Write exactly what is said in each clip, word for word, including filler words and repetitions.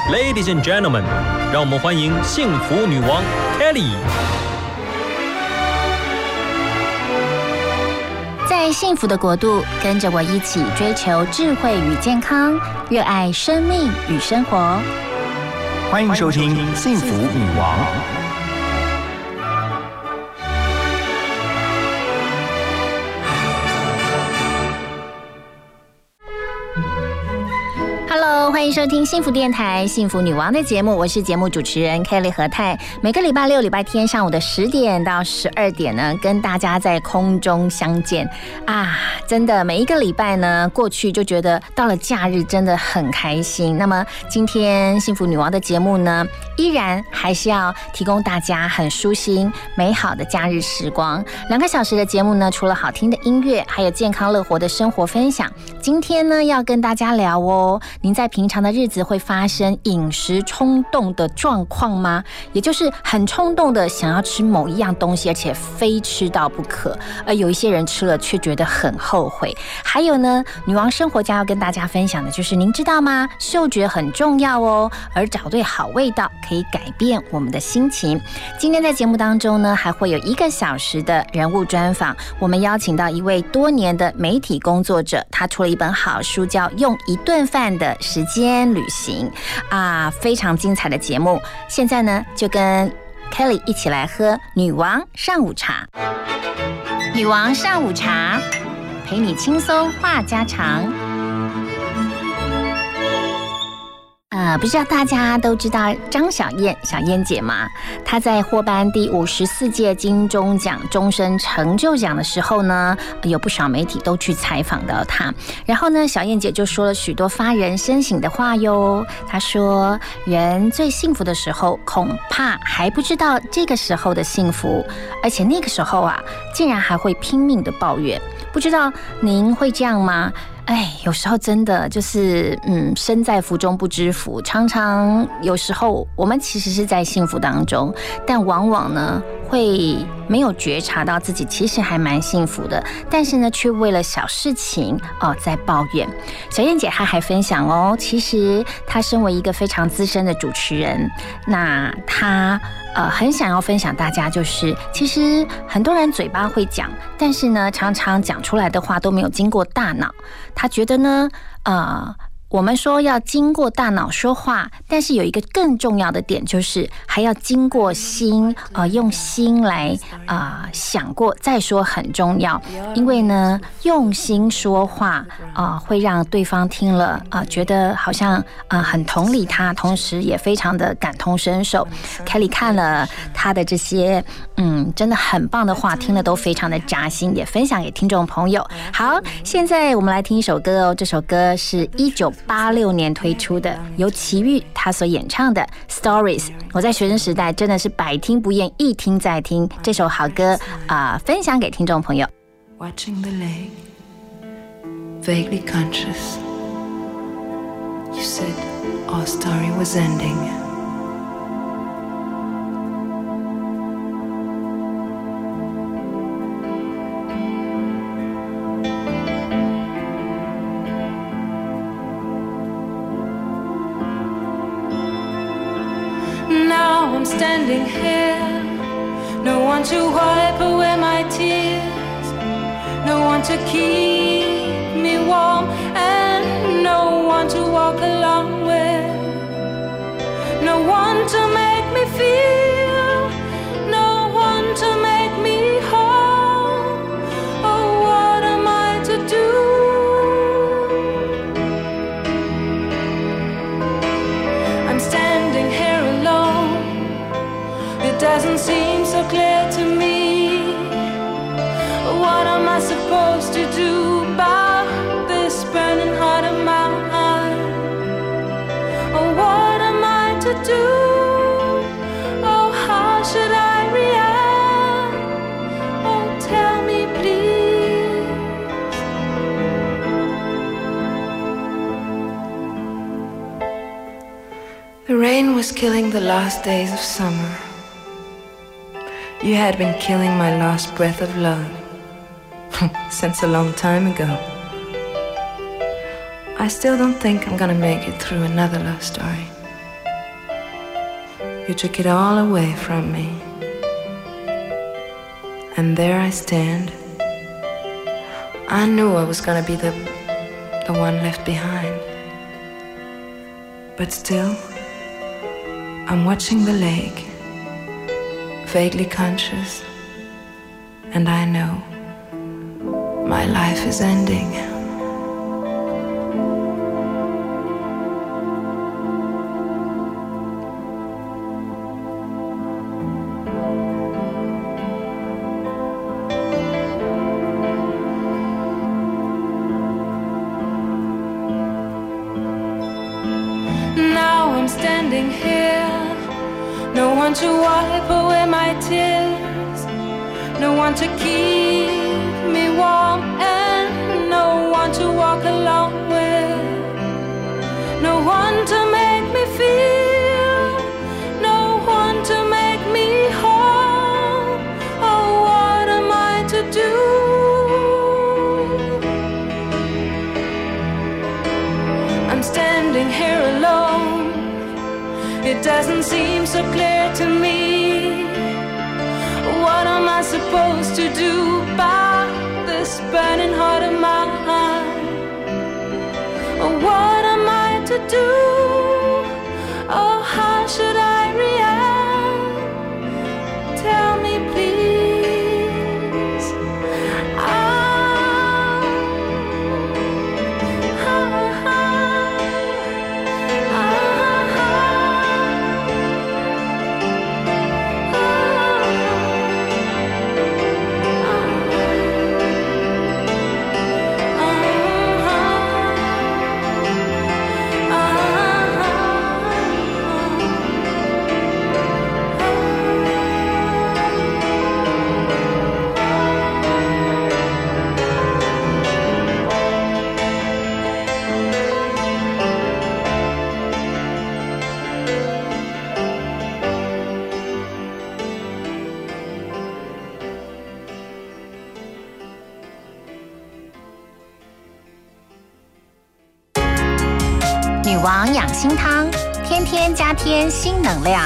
Ladies and gentlemen， 让我们欢迎幸福女王 Kelly。 在幸福的国度，跟着我一起追求智慧与健康，热爱生命与生活。 欢迎收听《幸福女王》。 Hello， 欢迎收听幸福电台幸福女王的节目，我是节目主持人 Kelly 何太。每个礼拜六、礼拜天上午的十点到十二点呢，跟大家在空中相见啊！真的，每一个礼拜呢过去就觉得到了假日真的很开心。那么今天幸福女王的节目呢，依然还是要提供大家很舒心、美好的假日时光。两个小时的节目呢，除了好听的音乐，还有健康乐活的生活分享。今天呢，要跟大家聊哦。您在平常的日子会发生饮食冲动的状况吗？也就是很冲动的想要吃某一样东西，而且非吃到不可，而有一些人吃了却觉得很后悔。还有呢，女王生活家要跟大家分享的就是，您知道吗？嗅觉很重要哦，而找对好味道可以改变我们的心情。今天在节目当中呢，还会有一个小时的人物专访，我们邀请到一位多年的媒体工作者，他出了一本好书，叫《用一顿饭的时间旅行》啊，非常精彩的节目。现在呢，就跟 Kelly 一起来喝女王上午茶。女王上午茶，陪你轻松话家常。呃，不知道大家都知道张小燕小燕姐吗？她在获颁第五十四届金钟奖终身成就奖的时候呢，有不少媒体都去采访到她。然后呢，小燕姐就说了许多发人深省的话哟。她说，人最幸福的时候，恐怕还不知道这个时候的幸福，而且那个时候啊，竟然还会拼命的抱怨。不知道您会这样吗？哎，有时候真的就是，嗯，身在福中不知福。常常有时候我们其实是在幸福当中，但往往呢会没有觉察到自己其实还蛮幸福的，但是呢却为了小事情哦在抱怨。小燕姐她还分享哦，其实她身为一个非常资深的主持人，那她呃，很想要分享大家，就是其实很多人嘴巴会讲，但是呢，常常讲出来的话都没有经过大脑。他觉得呢，呃，我们说要经过大脑说话，但是有一个更重要的点，就是还要经过心，呃，用心来啊、呃、想过再说很重要。因为呢，用心说话啊、呃，会让对方听了啊、呃，觉得好像啊、呃、很同理他，同时也非常的感同身受。Kelly 看了他的这些嗯真的很棒的话，听了都非常的扎心，也分享给听众朋友。好，现在我们来听一首歌哦，这首歌是一九八六年推出的，由齐豫他所演唱的 Stories。 我在学生时代真的是百听不厌，一听再听这首好歌啊、呃，分享给听众朋友。 Watching the lake, vaguely conscious, you said our story was ending. Now I'm standing here, no one to wipe away my tears, no one to keep me warm, and no one to walk along with, no one to make me feel, no one to make me whole. Oh, what am I to do? I'm standing here alone, it doesn't seem so clear to me. What am I supposed to do about this burning heart of mine? Oh, what am I to do? Oh, how should I react? Oh, tell me please. The rain was killing the last days of summer. You had been killing my last breath of love since a long time ago. I still don't think I'm gonna make it through another love story. You took it all away from me. And there I stand. I knew I was gonna be the, the one left behind. But still, I'm watching the lake, vaguely conscious, and I know my life is ending. Standing here, no one to wipe away my tears, no one to keep me warm, and no one to walk along with, no one to make me feel, no one to make me whole. Oh, what am I to do? I'm standing here alone. It doesn't seem so clear to me. What am I supposed to do about this burning heart of mine? Oh, what am I to do? Oh, how should I react? Tell me, please. Ah, ah, ah, ah. 女王养心汤，天天加添新能量。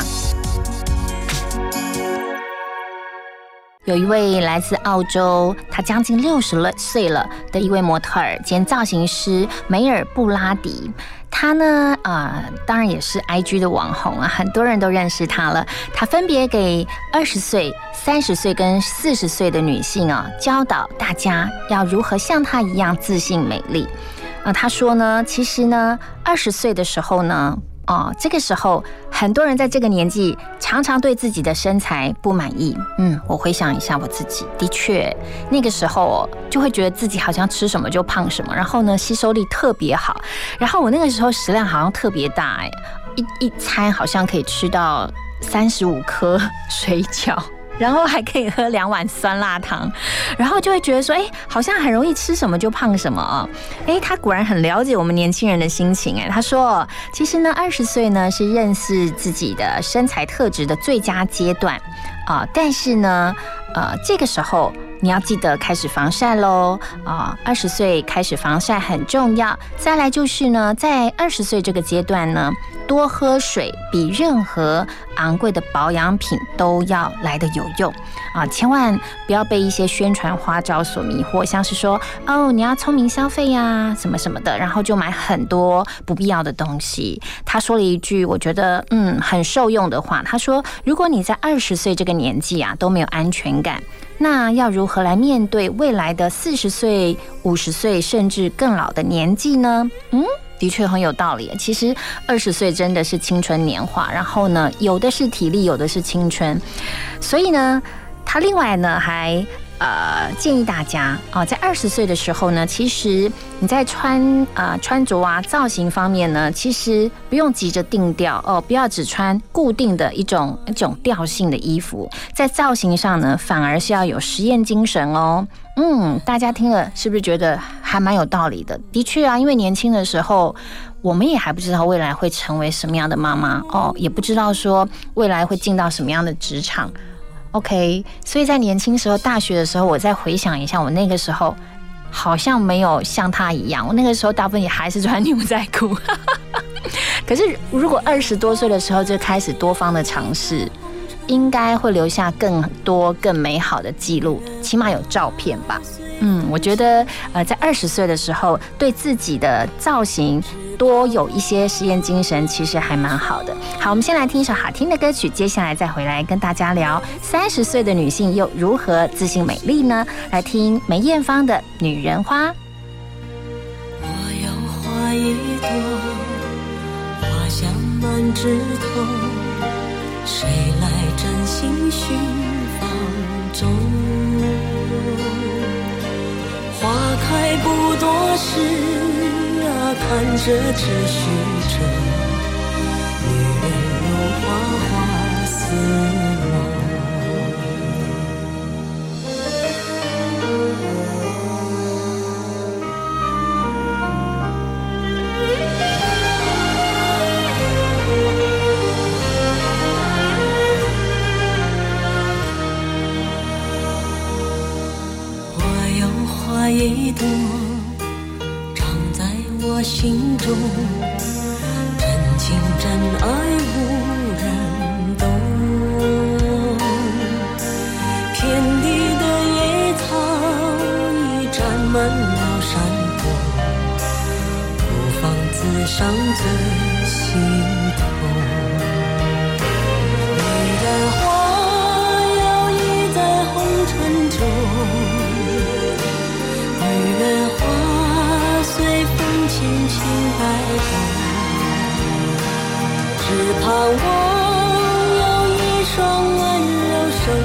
有一位来自澳洲，她将近六十岁了的一位模特儿兼造型师梅尔布拉迪。她呢，呃，当然也是 I G 的网红啊，很多人都认识她了。她分别给二十岁、三十岁跟四十岁的女性啊，教导大家要如何像她一样自信美丽。啊，他说呢，其实呢，二十岁的时候呢，哦，这个时候很多人在这个年纪常常对自己的身材不满意。嗯，我回想一下我自己，的确那个时候哦，就会觉得自己好像吃什么就胖什么，然后呢，吸收力特别好，然后我那个时候食量好像特别大，哎，一一餐好像可以吃到三十五颗水饺。然后还可以喝两碗酸辣汤，然后就会觉得说，哎，好像很容易吃什么就胖什么啊。哎，他果然很了解我们年轻人的心情。哎，他说，其实呢，二十岁呢是认识自己的身材特质的最佳阶段啊，但是呢，呃，这个时候你要记得开始防晒咯啊！二十岁开始防晒很重要。再来就是呢，在二十岁这个阶段呢，多喝水比任何昂贵的保养品都要来得有用啊！千万不要被一些宣传花招所迷惑，像是说哦，你要聪明消费呀，什么什么的，然后就买很多不必要的东西。他说了一句我觉得嗯很受用的话，他说：如果你在二十岁这个年纪啊都没有安全感，那要如何来面对未来的四十岁、五十岁甚至更老的年纪呢？嗯。的确很有道理。其实二十岁真的是青春年华，然后呢，有的是体力，有的是青春，所以呢，他另外呢还呃建议大家啊、呃，在二十岁的时候呢，其实你在穿呃穿着啊造型方面呢，其实不用急着定调哦，不要只穿固定的一种一种调性的衣服，在造型上呢，反而是要有实验精神哦。嗯，大家听了是不是觉得还蛮有道理的？的确啊，因为年轻的时候，我们也还不知道未来会成为什么样的妈妈哦，也不知道说未来会进到什么样的职场。OK， 所以在年轻时候，大学的时候，我再回想一下，我那个时候好像没有像他一样，我那个时候大部分也还是穿牛仔裤。 可是如果二十多岁的时候就开始多方的尝试，应该会留下更多更美好的记录，起码有照片吧。嗯，我觉得呃，在二十岁的时候，对自己的造型多有一些实验精神，其实还蛮好的。好，我们先来听一首好听的歌曲，接下来再回来跟大家聊三十岁的女性又如何自信美丽呢？来听梅艳芳的《女人花》。 我有花一朵，花香满枝头，谁来真心寻芳踪？花开不多时啊，看着只虚着，女人如花花似梦。我有花一朵，长在我心中，真情真爱无人懂。遍地的野草已占满了山坡，不妨自赏最心痛。女人花摇曳在红尘中，女人花随风轻轻摆动，只盼望有一双温柔手，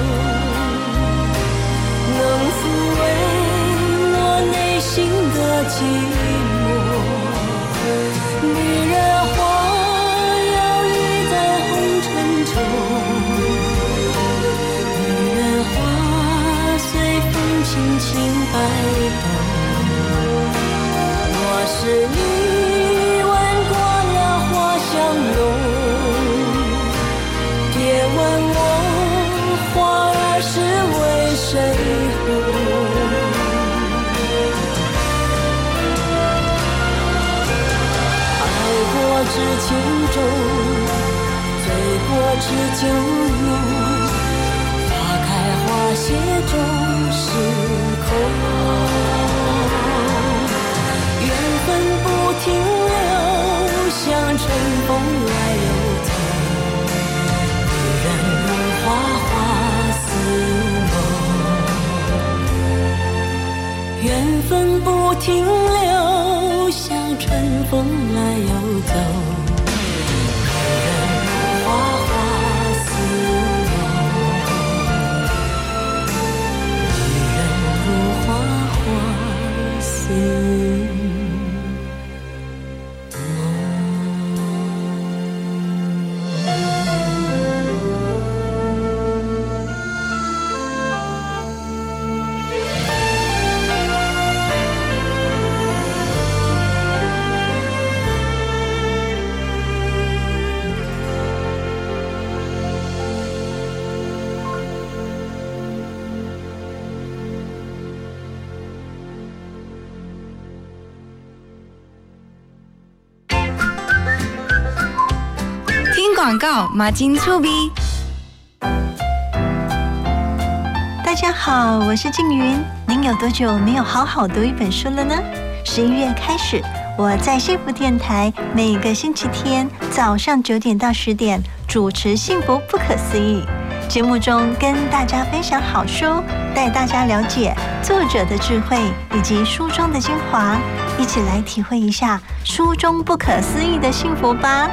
能抚慰我内心的寂寞。女人花摇曳在红尘中，女人花随风轻轻摆动。我是你闻过了花香浓，别问我花儿是为谁红。爱过知情重，醉过知酒浓，花开花谢终是空。缘分不停留，像春风来又走，女人如花花似梦。缘分不停留，像春风来又走，女人如花花似梦，女人如花花似梦。 广告马金醋鼻。 大家好，我是静云。您有多久没有好好读一本书了呢？十一月开始，我在幸福电台每个星期天早上九点到十点主持《幸福不可思议》节目中，跟大家分享好书，带大家了解作者的智慧以及书中的精华，一起来体会一下书中不可思议的幸福吧。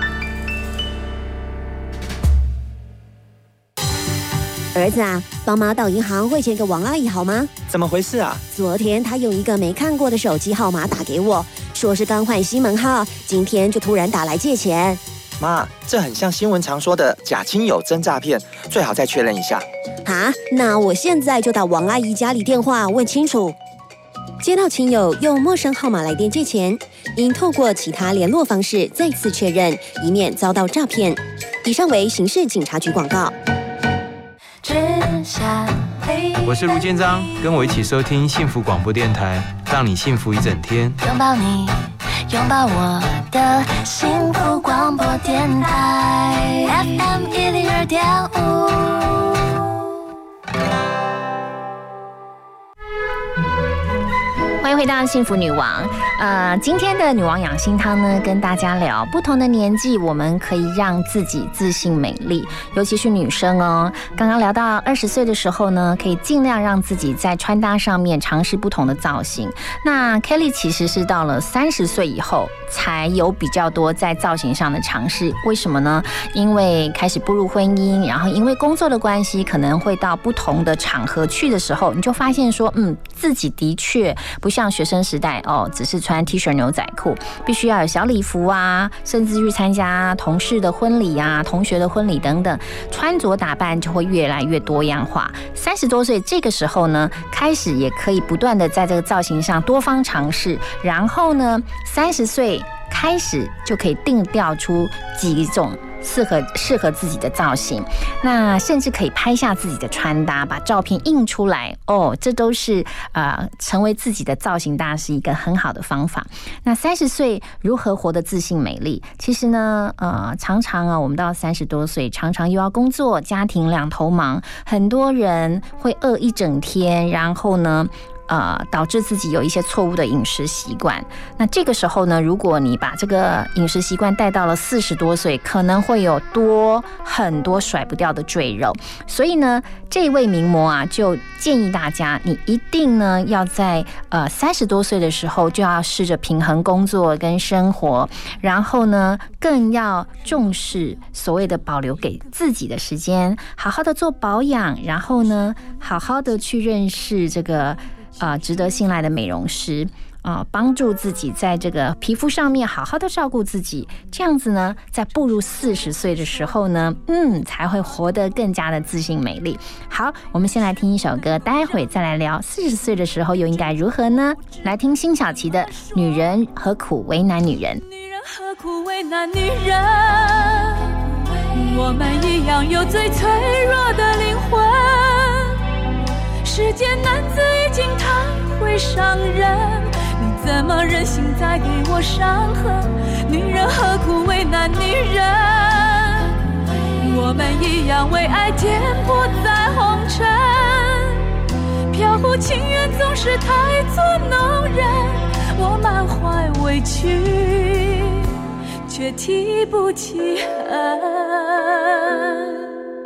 儿子啊，帮妈到银行汇钱给王阿姨好吗？ 怎么回事啊？ 昨天她用一个没看过的手机号码打给我，说是刚换新门号，今天就突然打来借钱。 妈，这很像新闻常说的假亲友真诈骗，最好再确认一下。 啊，那我现在就打王阿姨家里电话问清楚。接到亲友用陌生号码来电借钱，应透过其他联络方式再次确认，以免遭到诈骗。以上为刑事警察局广告。 我是卢建章，跟我一起收听幸福广播电台，让你幸福一整天。 拥抱你， 拥抱我的幸福广播电台 F M 一零二点五。 欢迎回到幸福女王。呃，今天的女王养心汤呢，跟大家聊不同的年纪，我们可以让自己自信美丽，尤其是女生哦。刚刚聊到二十岁的时候呢，可以尽量让自己在穿搭上面尝试不同的造型。那 Kelly 其实是到了三十岁以后，才有比较多在造型上的尝试。为什么呢？因为开始步入婚姻，然后因为工作的关系，可能会到不同的场合去的时候，你就发现说，嗯，自己的确不像学生时代哦，只是穿 T 恤牛仔裤，必须要有小礼服啊，甚至去参加同事的婚礼啊、同学的婚礼等等，穿着打扮就会越来越多样化。三十多岁这个时候呢，开始也可以不断的在这个造型上多方尝试，然后呢，三十岁开始就可以定调出几种适合适合自己的造型，那甚至可以拍下自己的穿搭，把照片印出来哦，这都是呃成为自己的造型大师一个很好的方法。那三十岁如何活得自信美丽？其实呢，呃，常常啊，我们到三十多岁，常常又要工作、家庭两头忙，很多人会饿一整天，然后呢。呃，导致自己有一些错误的饮食习惯。那这个时候呢，如果你把这个饮食习惯带到了四十多岁，可能会有多很多甩不掉的赘肉。所以呢，这位名模啊，就建议大家，你一定呢要在呃三十多岁的时候就要试着平衡工作跟生活，然后呢，更要重视所谓的保留给自己的时间，好好的做保养，然后呢，好好的去认识这个。呃，值得信赖的美容师啊、呃，帮助自己在这个皮肤上面好好的照顾自己，这样子呢，在步入四十岁的时候呢，嗯，才会活得更加的自信美丽。好，我们先来听一首歌，待会再来聊四十岁的时候又应该如何呢？来听辛晓琪的《女人何苦为难女人》。 女人何苦为难女人？我们一样有最脆弱的灵魂。世间男子已经太会伤人，你怎么忍心再给我伤痕？女人何苦为难女人？我们一样为爱颠簸在红尘，飘忽情缘总是太作弄人，我满怀委屈却提不起恨。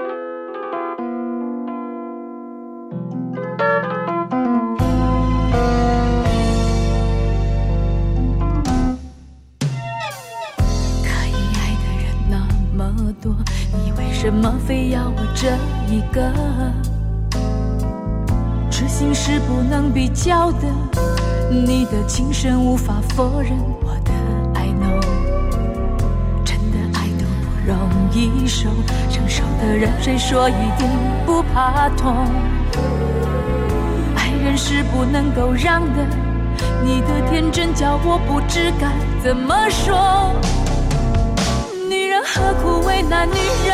你为什么非要我这一个？痴心是不能比较的，你的情深无法否认，我的爱 know， 真的爱都不容易受，成熟的人谁说一定不怕痛？爱人是不能够让的，你的天真叫我不知该怎么说。何苦为难女人？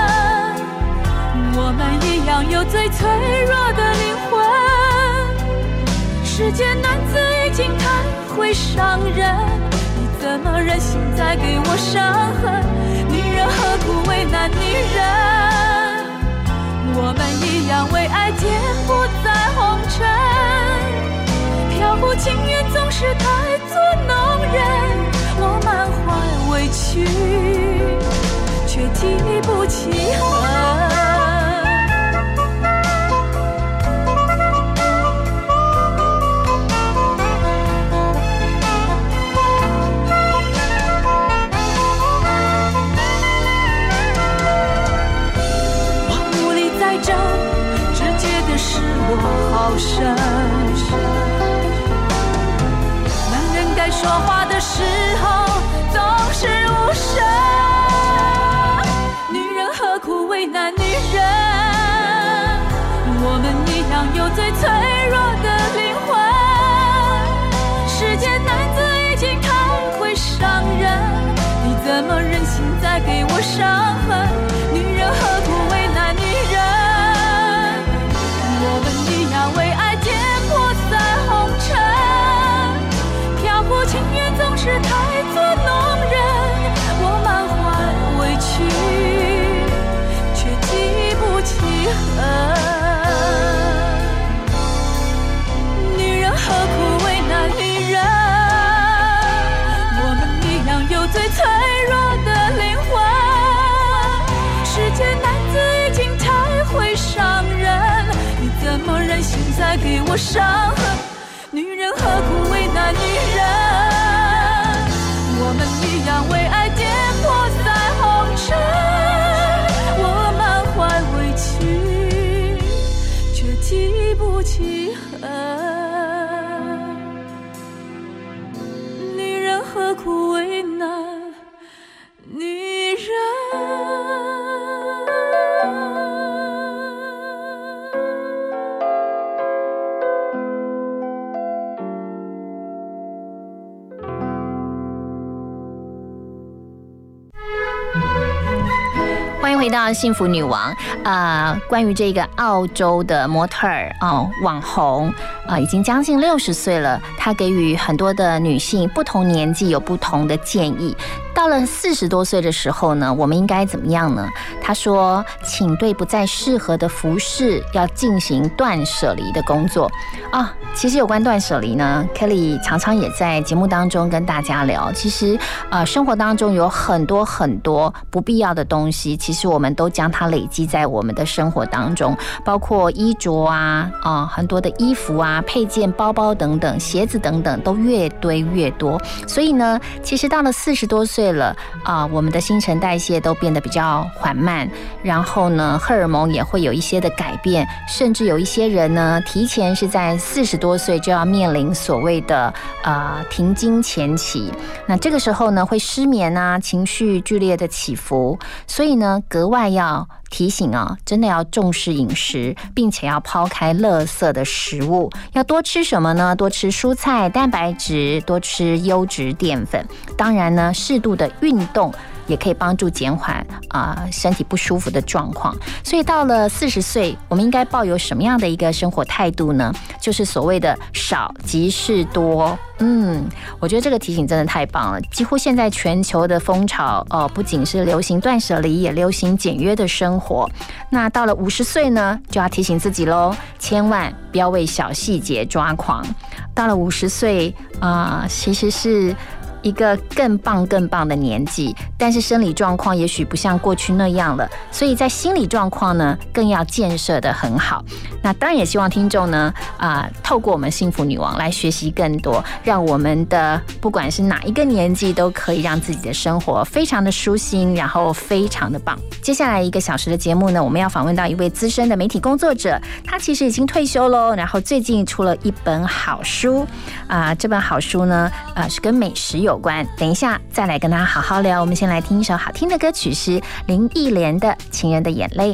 我们一样有最脆弱的灵魂。世间男子已经太会伤人，你怎么忍心再给我伤痕？女人何苦为难女人？我们一样为爱颠簸在红尘，飘忽情缘总是太作弄人，我满怀委屈却提不起恨。往无力再争，只觉得失落好深。男人该说话的时候总是无声，女人何苦为难女人？我们一样有最脆弱的灵魂。世间男子已经太会伤人，你怎么忍心再给我伤痕？女人何苦为难女人？我们一样为爱颠簸在红尘，飘忽情缘远总是太作弄人，我满怀委屈，却记不起恨。女人何苦为难女人？我们一样有最脆弱的灵魂。世间男子已经太会伤人，你怎么忍心再给我伤痕？女人何苦为难女人？我们一样为爱颠簸在红尘。我满怀委屈，却记不起恨。女人何苦为难女人？ 欢迎回到幸福女王。呃，关于这个澳洲的模特儿哦，网红啊、呃，已经将近六十岁了，她给予很多的女性不同年纪有不同的建议。到了四十多岁的时候呢，我们应该怎么样呢？他说，请对不再适合的服饰要进行断舍离的工作啊。其实有关断舍离呢 ，Kelly 常常也在节目当中跟大家聊。其实呃，生活当中有很多很多不必要的东西，其实我们都将它累积在我们的生活当中，包括衣着啊啊、呃，很多的衣服啊、配件、包包等等、鞋子等等，都越堆越多。所以呢，其实到了四十多岁了啊、呃，我们的新陈代谢都变得比较缓慢，然后呢，荷尔蒙也会有一些的改变，甚至有一些人呢，提前是在四十多岁就要面临所谓的呃停经前期。那这个时候呢，会失眠啊，情绪剧烈的起伏，所以呢，格外要提醒啊，真的要重视饮食，并且要抛开垃圾的食物，要多吃什么呢？多吃蔬菜、蛋白质，多吃优质淀粉。当然呢，适度的运动也可以帮助减缓啊、呃、身体不舒服的状况。所以到了四十岁，我们应该抱有什么样的一个生活态度呢？就是所谓的少即是多。嗯，我觉得这个提醒真的太棒了。几乎现在全球的风潮，哦、呃，不仅是流行断舍离，也流行简约的生活。那到了五十岁呢，就要提醒自己喽，千万不要为小细节抓狂。到了五十岁，啊、呃，其实是一个更棒更棒的年纪，但是生理状况也许不像过去那样了，所以在心理状况呢，更要建设得很好。那当然也希望听众呢，啊、呃，透过我们幸福女王来学习更多，让我们的不管是哪一个年纪，都可以让自己的生活非常的舒心，然后非常的棒。接下来一个小时的节目呢，我们要访问到一位资深的媒体工作者，他其实已经退休喽，然后最近出了一本好书，啊、呃，这本好书呢，呃，是跟美食有有关，等一下再来跟大家好好聊。我们先来听一首好听的歌曲，是林忆莲的《情人的眼泪》。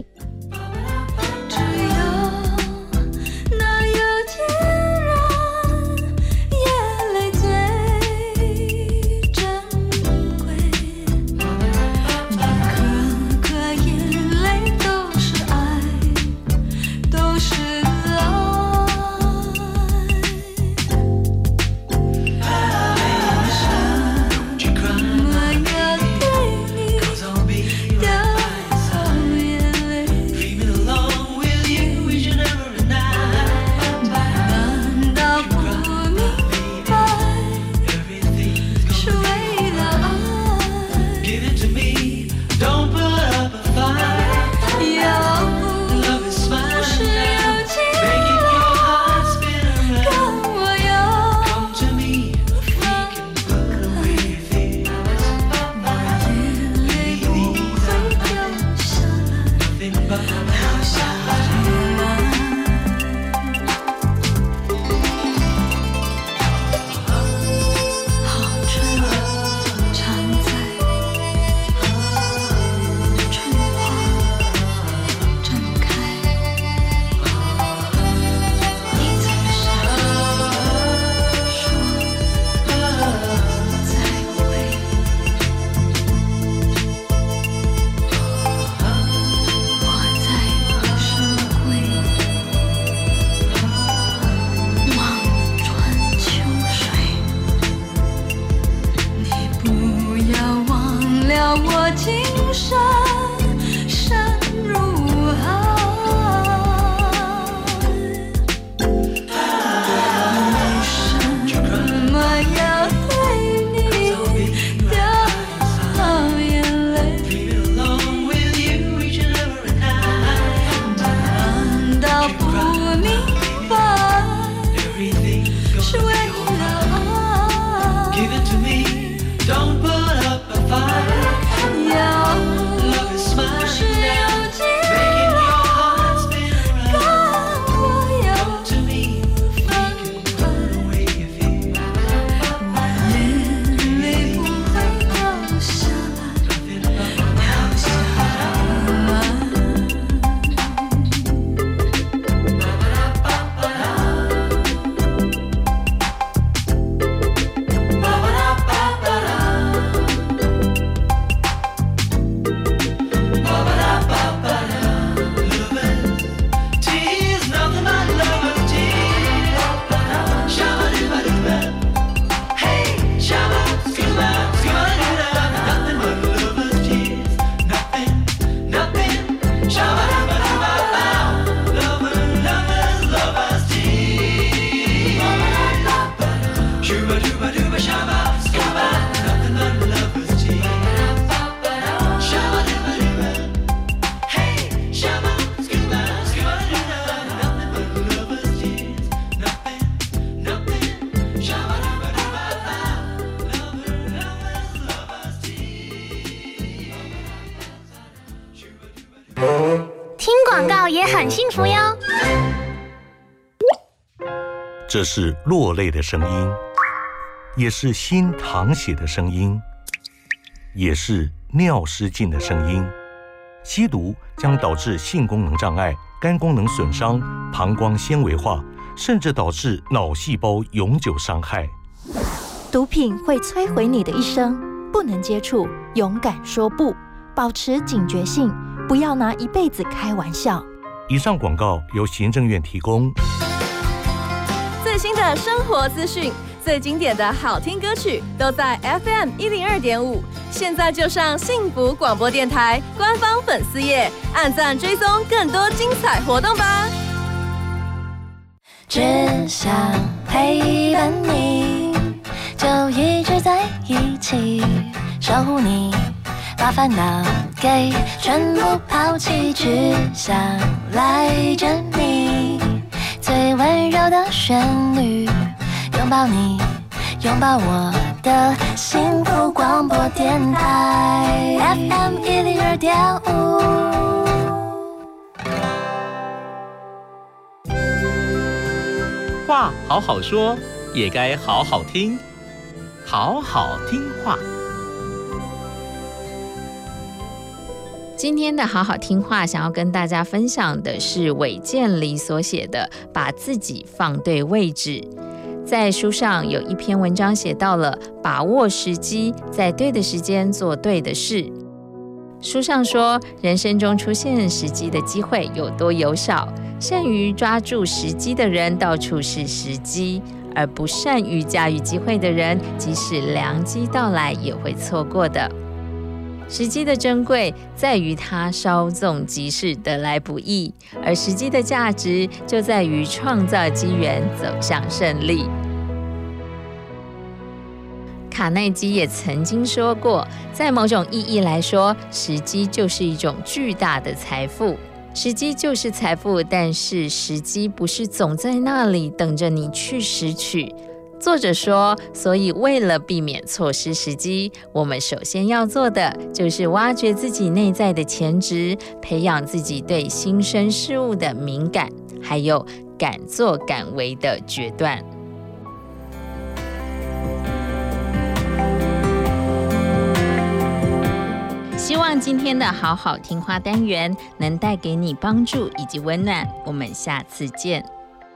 我要对你掉一槽眼泪。 把我今生深入海。 也很幸福哟。 这是落泪的声音，也是心淌血的声音，也是尿失禁的声音。吸毒将导致性功能障碍、肝功能损伤、膀胱纤维化，甚至导致脑细胞永久伤害。 毒品会摧毁你的一生，不能接触，勇敢说不，保持警觉性，不要拿一辈子开玩笑。 以上广告由行政院提供。 最新的生活资讯，最经典的好听歌曲，都在 F M 一零二点五。现在就上幸福广播电台官方粉丝页，按赞追踪更多精彩活动吧。 只想陪伴你，就一直在一起，守护你，把烦恼给全部抛弃，只想赖着你，最温柔的旋律，拥抱你，拥抱我的幸福广播电台 F M 一零二点五。 话好好说，也该好好听，好好听话。 今天的好好听话，想要跟大家分享的是韦建黎所写的《把自己放对位置》。在书上有一篇文章写到了把握时机，在对的时间做对的事。书上说，人生中出现时机的机会有多有少，善于抓住时机的人到处是时机，而不善于驾驭机会的人，即使良机到来也会错过的。时机的珍贵在于它稍纵即逝，得来不易，而时机的价值就在于创造机缘，走向胜利。卡耐基也曾经说过，在某种意义来说，时机就是一种巨大的财富。时机就是财富，但是时机不是总在那里等着你去拾取。作者说，所以为了避免错失时机，我们首先要做的就是挖掘自己内在的潜质，培养自己对新生事物的敏感，还有敢作敢为的决断。希望今天的好好听话单元能带给你帮助以及温暖，我们下次见。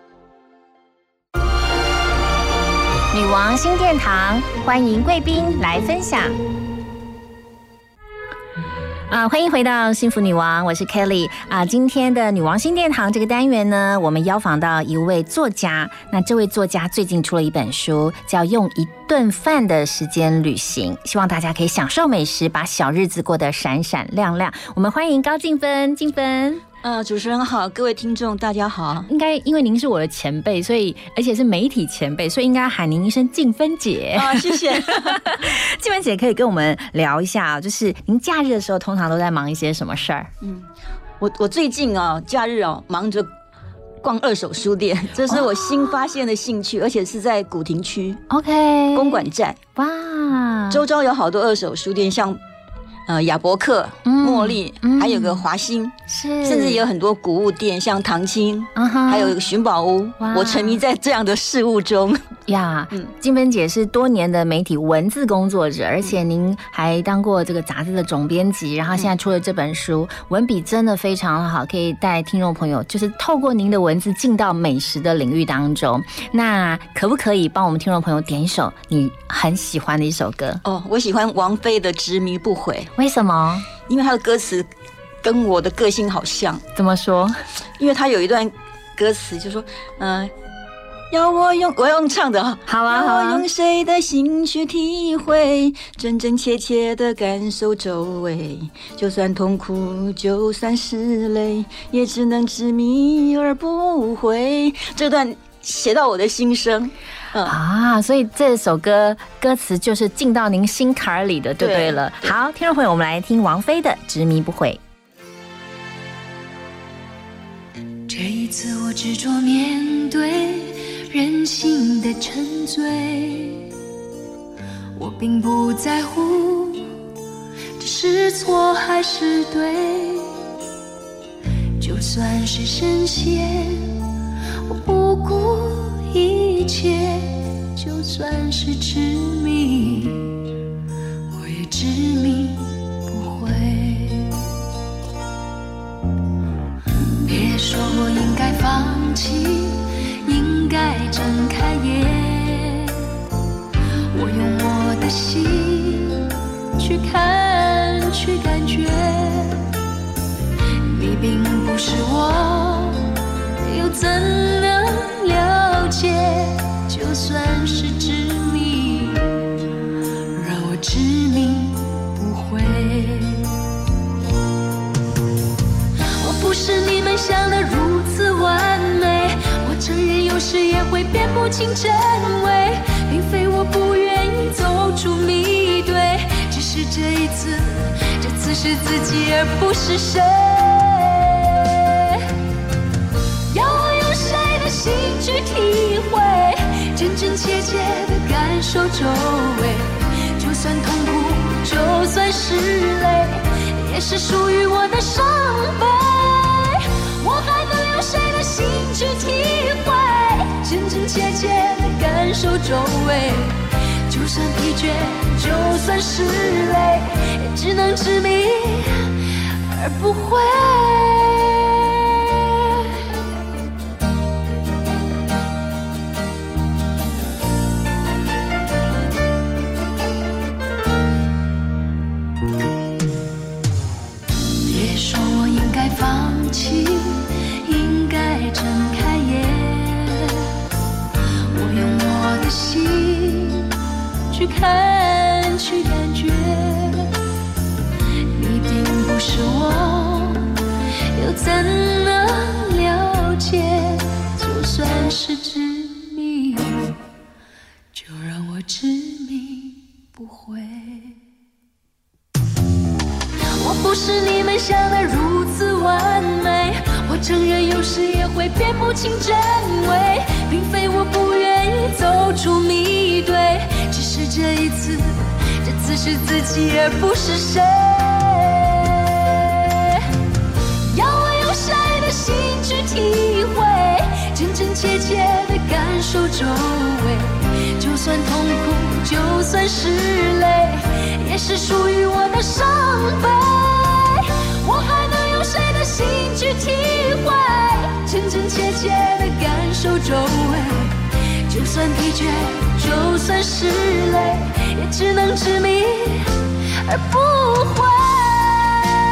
女王新殿堂，欢迎贵宾来分享。 啊、呃，欢迎回到幸福女王，我是 Kelly 啊、呃。今天的女王新殿堂这个单元呢，我们邀访到一位作家。那这位作家最近出了一本书，叫《用一顿饭的时间旅行》，希望大家可以享受美食，把小日子过得闪闪亮亮。我们欢迎高静芬，静芬。 呃，主持人好，各位听众大家好。 应该因为您是我的前辈，所以而且是媒体前辈，所以应该喊您一声静芬姐啊，谢谢。 静芬姐可以跟我们聊一下，就是您假日的时候通常都在忙一些什么事儿？ 嗯，我我最近啊，假日哦忙着逛二手书店，这是我新发现的兴趣，哦、而且是在古亭区 ，OK， 公馆站。 哇， 周遭有好多二手书店，像。呃，亚伯克、嗯、茉莉、嗯，还有个华兴， 是， 甚至也有很多古物店，像唐青，uh -huh, 还有一个寻宝屋。我沉迷在这样的事物中呀。嗯，静芬姐是多年的媒体文字工作者，而且您还当过这个杂志的总编辑，然后现在出了这本书，嗯、文笔真的非常好，可以带听众朋友就是透过您的文字进到美食的领域当中。那可不可以帮我们听众朋友点一首你很喜欢的一首歌？ 哦，我喜欢王菲的《执迷不悔》。 为什么？ 因为他的歌词跟我的个性好像。 怎么说？ 因为他有一段歌词就说，嗯、呃，要我用我要用唱的， 好啊，好啊， 要我用谁的心去体会，真真切切的感受周围，就算痛苦，就算是泪，也只能执迷而不悔。这段写到我的心声。 嗯、啊，所以这首歌歌词就是进到您心坎里的，对不对了？对，好，听众朋友，我们来听王菲的《执迷不悔》。 这一次我执着面对人性的沉醉，我并不在乎这是错还是对，就算是深陷，我不顾一切，就算是痴迷，我也执迷不悔。别说我应该放弃，应该睁开眼，我用我的心去看，去感觉，你并不是我，又怎能了解？就算是执迷，让我执迷不悔。我不是你们想的如此完美，我承认有时也会辨不清真伪，并非我不愿意走出迷堆，只是这一次，这次是自己而不是谁。要我用谁的心去体会，真真切切的感受周围，就算痛苦，就算是泪，也是属于我的伤悲。我还能用谁的心去体会，真真切切的感受周围，就算疲倦，就算是累，也只能执迷而不悔。放弃，应该睁开眼，我用我的心去看，去感觉，你并不是我，又怎能了解？就算是执迷，就让我执迷不悔。我不是你们想的如此完美，我承认有时也会辨不清真伪，并非我不愿意走出迷堆，只是这一次，这次是自己而不是谁。要我用谁的心去体会，真真切切的感受周围，就算痛苦，就算是泪，也是属于我的伤悲。我还能用谁的心去体会，真真切切的感受周围，就算疲倦，就算是累，也只能执迷而不悔。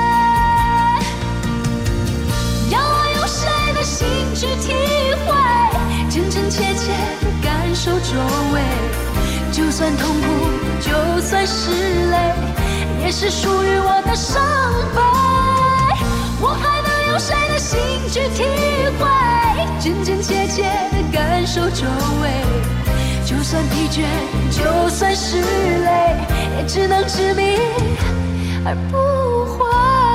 受周围，就算痛苦，就算是泪，也是属于我的伤悲。我还能用谁的心去体会，真真切切的感受周围，就算疲倦，就算是累，也只能执迷而不悔。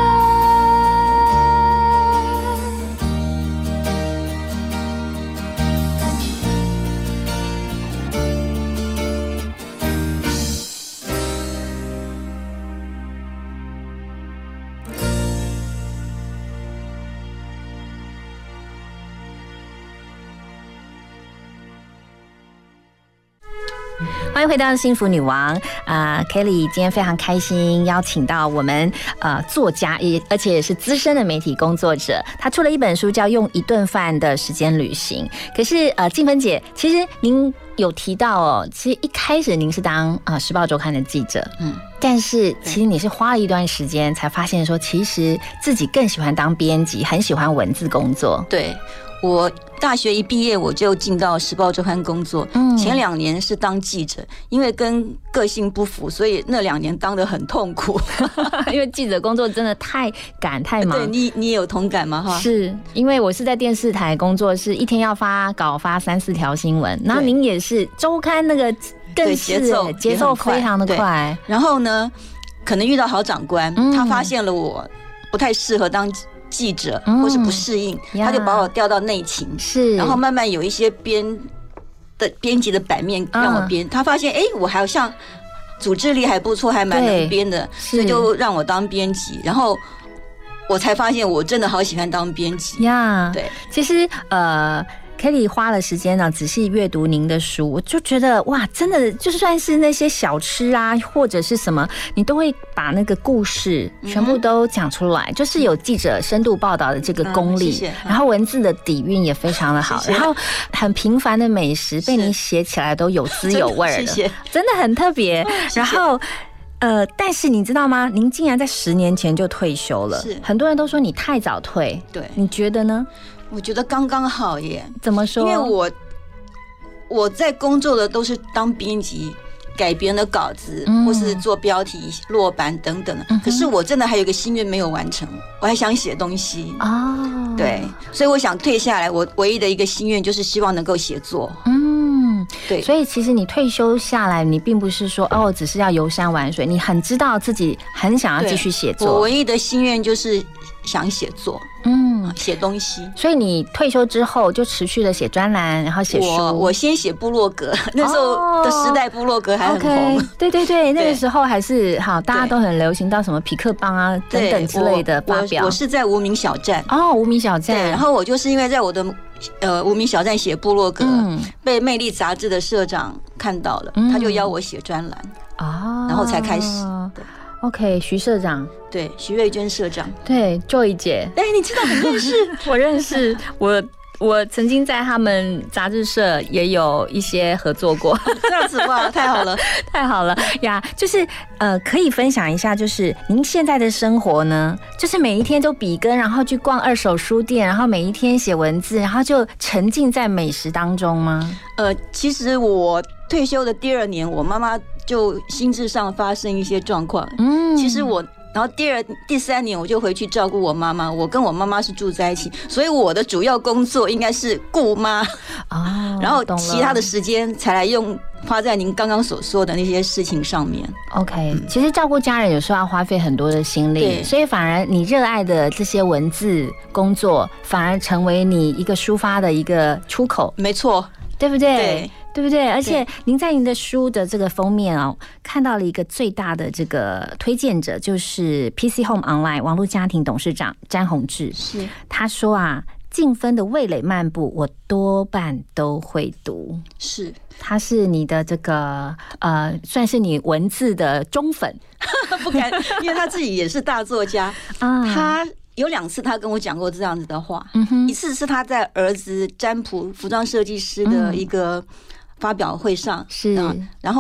欢迎回到幸福女王啊、呃、，Kelly 今天非常开心邀请到我们呃作家，也而且也是资深的媒体工作者，他出了一本书叫《用一顿饭的时间旅行》。可是呃，静芬姐，其实您有提到哦，其实一开始您是当啊、呃《时报周刊》的记者，嗯，但是其实你是花了一段时间才发现说，其实自己更喜欢当编辑，很喜欢文字工作。 对。我大学一毕业我就进到时报周刊工作，嗯，前两年是当记者，因为跟个性不符，所以那两年当得很痛苦。 因为记者工作真的太赶太忙。 对，你你也有同感吗？哈， 是因为我是在电视台工作，是一天要发稿发三四条新闻，然后您也是周刊那个更是节奏节奏非常的快。 然后呢，可能遇到好长官，嗯、他发现了我不太适合当记者，或是不适应，嗯、他就把我调到内勤，是，然后慢慢有一些编的编辑的版面让我编，嗯、他发现哎，我好像组织力还不错，还蛮能编的，所以就让我当编辑，然后我才发现我真的好喜欢当编辑呀。 对， 其实呃。Kelly 花了时间呢，仔细阅读您的书，我就觉得哇，真的就算是那些小吃啊，或者是什么，你都会把那个故事全部都讲出来，嗯、就是有记者深度报道的这个功力，嗯、谢谢然后文字的底蕴也非常的好，谢谢然后很平凡的美食被你写起来都有滋有味的，谢谢，真的很特别。然后。呃，但是你知道吗？您竟然在十年前就退休了，是很多人都说你太早退， 对， 你觉得呢？ 我觉得刚刚好耶。 怎么说？ 因为我我在工作的都是当编辑，改别人的稿子，嗯、或是做标题、落版等等的。嗯、可是我真的还有一个心愿没有完成，我还想写东西哦。对，所以我想退下来，我唯一的一个心愿就是希望能够写作。嗯。对， 所以其实你退休下来，你并不是说哦，只是要游山玩水，你很知道自己很想要继续写作。 我唯一的心愿就是想写作，嗯，写东西。 所以你退休之后就持续的写专栏，然后写书。 我我先写部落格，那时候的时代部落格还很红。 Okay, 对对对，那个时候还是好，大家都很流行到什么痞客邦啊等等之类的发表。 我, 我是在无名小站哦，无名小站。 对，然后我就是因为在我的。呃，无名小站写部落格，嗯、被魅力杂志的社长看到了，嗯、他就邀我写专栏啊，然后才开始。对 OK， 徐社长， 对，徐瑞娟社长， 对 ，Joy 姐， 哎，你知道很认识， 我认识，我我曾经在他们杂志社也有一些合作过， 这样子哇，太好了， 太好了呀！就是呃，可以分享一下，就是您现在的生活呢，就是每一天都笔耕，然后去逛二手书店，然后每一天写文字，然后就沉浸在美食当中吗？ 呃，其实我退休的第二年，我妈妈就心智上发生一些状况，嗯，其实我。然后第二、第三年我就回去照顾我妈妈，我跟我妈妈是住在一起，所以我的主要工作应该是顾妈啊，然后其他的时间才来用花在您刚刚所说的那些事情上面。 OK，嗯、其实照顾家人有时候要花费很多的心力，所以反而你热爱的这些文字工作，反而成为你一个抒发的一个出口。 没错， 对不对？对。对不对？而且您在您的书的这个封面哦，看到了一个最大的这个推荐者，就是 P C Home Online 网络家庭董事长詹宏志。是，他说啊，静芬的味蕾漫步，我多半都会读。 是， 他是你的这个呃，算是你文字的忠粉， 不敢，因为他自己也是大作家啊，他。有两次他跟我讲过这样子的话，嗯、一次是他在儿子占卜服装设计师的一个发表会上，是、嗯，然后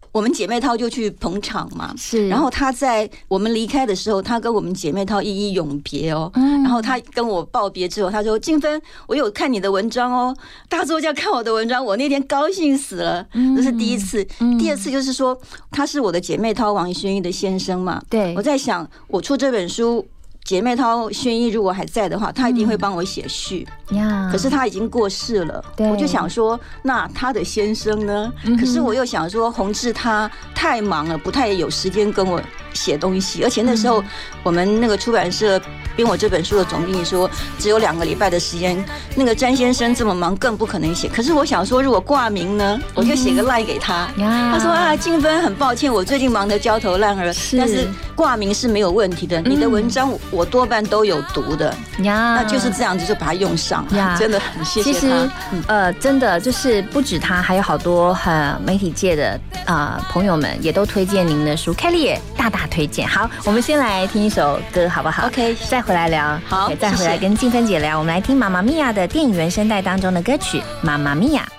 我们姐妹淘就去捧场嘛， 是。 然后她在我们离开的时候，她跟我们姐妹淘一一永别哦。嗯。然后她跟我道别之后，她说：“静芬，我有看你的文章哦，大作家看我的文章，我那天高兴死了。”嗯。这是第一次。嗯。第二次就是说，他是我的姐妹淘王宣一的先生嘛。 对。 我在想，我出这本书。姐妹淘宣一如果还在的话，他一定会帮我写序。 嗯、 可是他已经过世了，我就想说，那他的先生呢？嗯、可是我又想说，宏志他太忙了，不太有时间跟我写东西。而且那时候我们那个出版社编我这本书的总经理说，只有两个礼拜的时间。那个詹先生这么忙，更不可能写。可是我想说，如果挂名呢，我就写个赖给他。嗯、他说啊，静芬，很抱歉，我最近忙得焦头烂额，但是挂名是没有问题的。你的文章我多半都有读的，那就是这样子就把它用上了，真的很谢谢他。 其实，呃，真的就是不止他，还有好多呃媒体界的啊、呃、朋友们也都推荐您的书 ，Kelly 也大大推荐。好，我们先来听一首歌，好不好 ？OK， 再回来聊。 好， 再回来跟静芬姐聊。我们来听妈妈咪呀的电影原声带当中的歌曲《妈妈咪呀》。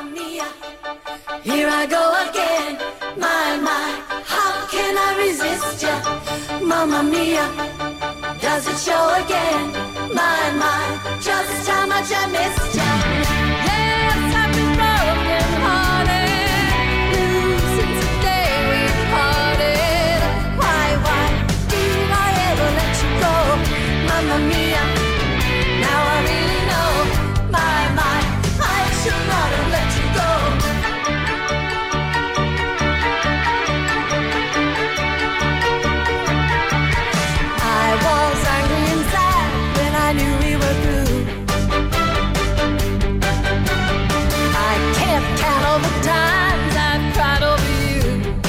Here I go again, my, my, how can I resist ya? Mamma mia, does it show again? My, my, just how much I missed ya. Yes, I've been broken hearted, blue since the day we parted. Why, why did I ever let you go? Mamma mia, now I really know. My, my, I should not have let you go. I was angry inside when I knew we were through. I can't count all the times I've cried over you.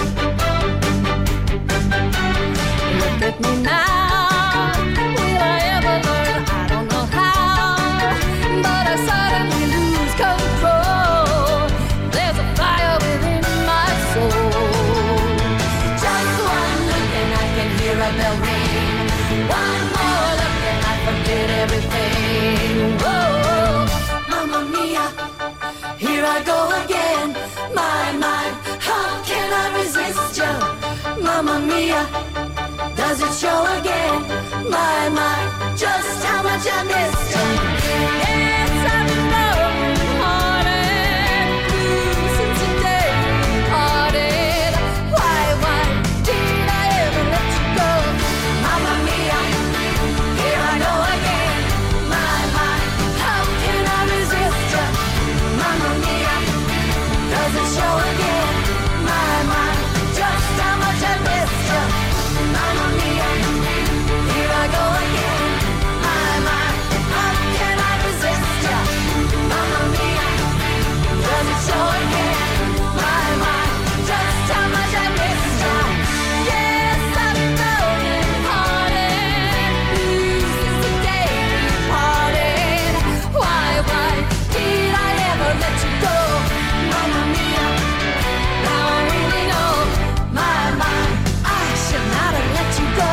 Look at me now, will I ever learn? I don't know how, but I suddenly lose control. There's a fire within my soul. Just one look and I can hear a bell ring. One more look and I forget everything. Whoa, Mamma mia, here I go again. My, my, how can I resist you? Mamma mia, does it show again? My, my, just how much I missed you. Yes, I've been broken hearted, blue since the day we parted. Why, why did I ever let you go? Mamma mia, here I go again. My, my, how can I resist you? Mamma mia, does it show again? My, my, just how much I missed you. Mamma mia, here I go again. My, my, how can I resist you? Mamma mia, does it show again? My, my, just how much I missed you. Yes, I've been broken hearted, blue since the day we parted. Why, why did I ever let you go? Mamma mia, now I really know. My, my, I should not have let you go.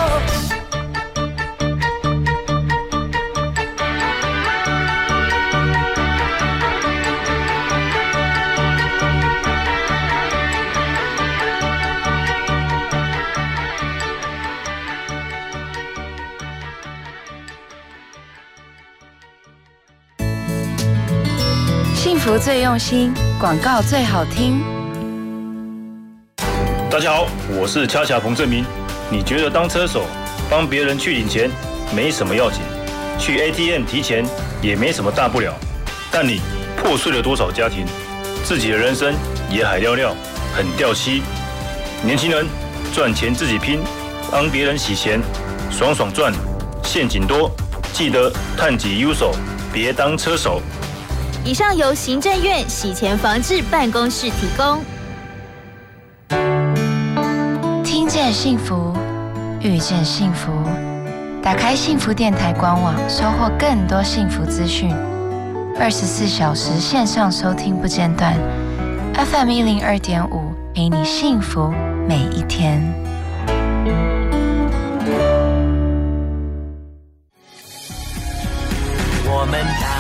“幸福最用心，广告最好听。” 大家好，我是恰恰彭正明。你觉得当车手帮别人去领钱没什么要紧，去 A T M 提钱也没什么大不了，但你破碎了多少家庭，自己的人生也海尿尿，很掉漆。年轻人赚钱自己拼，帮别人洗钱，爽爽赚，陷阱多，记得探己优手，别当车手。 以上由行政院洗钱防治办公室提供。 听见幸福，遇见幸福。打开幸福电台官网，收获更多幸福资讯。二十四小时线上收听不间断 ，F M 一零二点五，陪你幸福每一天。 我们大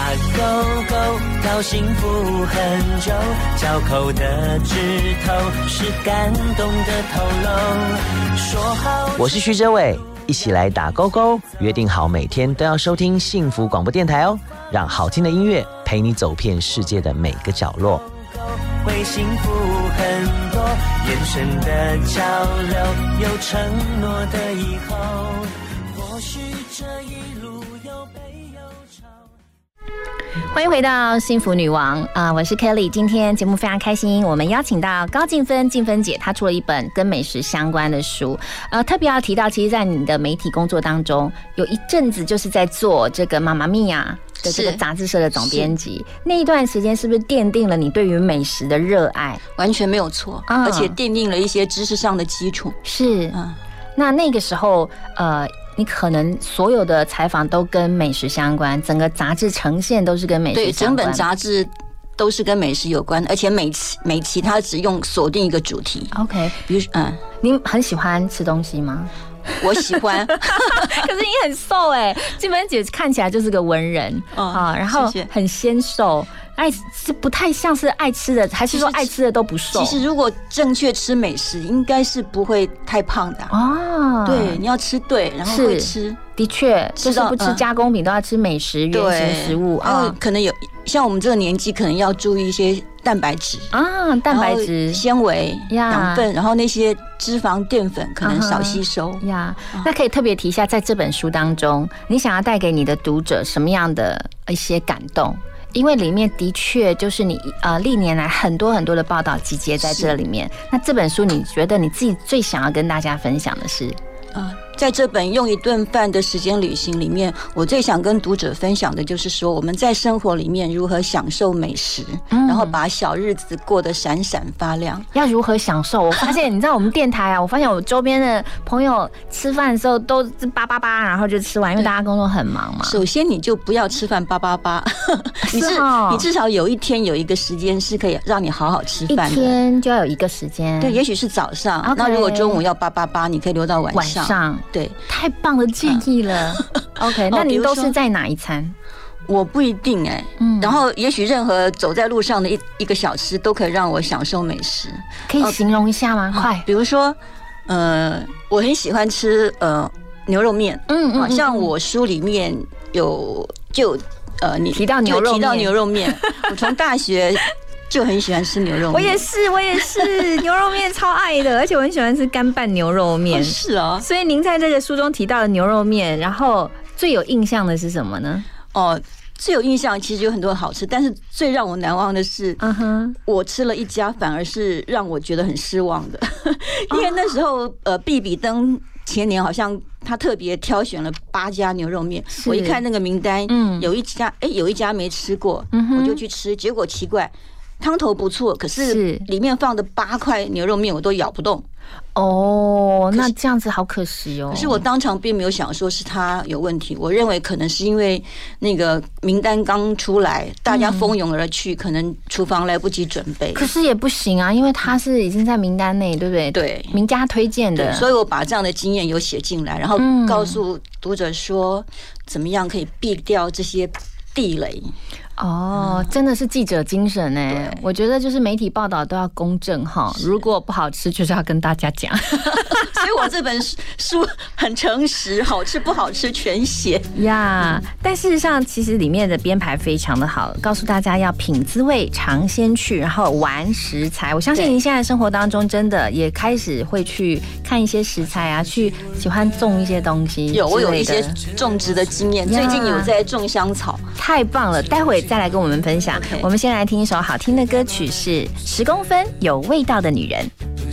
勾勾，到幸福很久，交口的指头是感动的透露。说好， 我是徐哲伟，一起来打勾勾，约定好每天都要收听幸福广播电台哦，让好听的音乐陪你走遍世界的每个角落。 会幸福很多，眼神的交流，有承诺的以后，或许这一路有悲有愁。 欢迎回到幸福女王啊、呃，我是 Kelly。今天节目非常开心，我们邀请到高静芬静芬姐，她出了一本跟美食相关的书。呃，特别要提到，其实，在你的媒体工作当中，有一阵子就是在做这个妈妈咪呀的这个杂志社的总编辑。那一段时间是不是奠定了你对于美食的热爱？ 完全没有错，嗯、而且奠定了一些知识上的基础。 是，嗯，那那个时候，呃。你可能所有的采访都跟美食相关，整个杂志呈现都是跟美食相关。对， 整本杂志都是跟美食有关，而且每期每期它只用锁定一个主题。 OK， 比如嗯， 您很喜欢吃东西吗？ 我喜欢，可是你很瘦哎、欸，静芬姐看起来就是个文人、哦、啊，然后很纤瘦。爱是不太像是爱吃的，还是说爱吃的都不瘦？ 其实如果正确吃美食，应该是不会太胖的啊。对，你要吃对，然后会吃。 的确，就是不吃加工品，都要吃美食原型食物啊。可能有像我们这个年纪，可能要注意一些蛋白质啊，蛋白质、 纤维、养分，然后那些脂肪、淀粉可能少吸收呀。那可以特别提一下，在这本书当中，你想要带给你的读者什么样的一些感动？因为里面的确就是你呃历年来很多很多的报道集结在这里面。那这本书你觉得你自己最想要跟大家分享的是？ 呃，在这本用一顿饭的时间旅行里面，我最想跟读者分享的就是说，我们在生活里面如何享受美食，嗯、然后把小日子过得闪闪发亮。 要如何享受？我发现你知道我们电台啊，我发现我周边的朋友吃饭的时候都是叭叭叭，然后就吃完，因为大家工作很忙嘛。 首先你就不要吃饭叭叭叭，你是你至少有一天有一个时间是可以让你好好吃饭的， 一天就要有一个时间。 对，也许是早上， okay, 那如果中午要叭叭叭，你可以留到晚上。 晚上对， 太棒的建议了。嗯、OK， 那您都是在哪一餐？ 我不一定哎、欸，嗯，然后也许任何走在路上的一一个小吃都可以让我享受美食。 可以形容一下吗？快、呃， 比如说，呃，我很喜欢吃呃牛肉面，嗯嗯，像我书里面有就呃你提到牛肉面， 提到牛肉面，我从大学。就很喜欢吃牛肉面， 我也是，我也是牛肉面超爱的，而且我很喜欢吃干拌牛肉面。 哦是啊， 所以您在这个书中提到的牛肉面，然后最有印象的是什么呢？ 哦，最有印象其实有很多好吃，但是最让我难忘的是，嗯哼，我吃了一家反而是让我觉得很失望的，因为那时候呃，必比登前年好像他特别挑选了八家牛肉面，我一看那个名单，嗯，有一家哎、欸、有一家没吃过，嗯、我就去吃，结果奇怪。汤头不错，可是里面放的八块牛肉面我都咬不动。 哦，那这样子好可惜哦。 可是我当场并没有想说是他有问题，我认为可能是因为那个名单刚出来，大家蜂拥而去，嗯、可能厨房来不及准备。 可是也不行啊，因为他是已经在名单内，对不对？ 对， 名家推荐的， 所以我把这样的经验有写进来，然后告诉读者说，怎么样可以避掉这些地雷。 哦，真的是记者精神哎！我觉得就是媒体报道都要公正哈，如果不好吃就是要跟大家讲。 所以我这本书很诚实，好吃不好吃全写呀。但事实上，其实里面的编排非常的好，告诉大家要品滋味、尝鲜趣，然后玩食材。我相信您现在生活当中真的也开始会去看一些食材啊，去喜欢种一些东西。 有，我有一些种植的经验，最近有在种香草， 太棒了！待会再来跟我们分享。Okay. 我们先来听一首好听的歌曲，是《十公分有味道的女人》。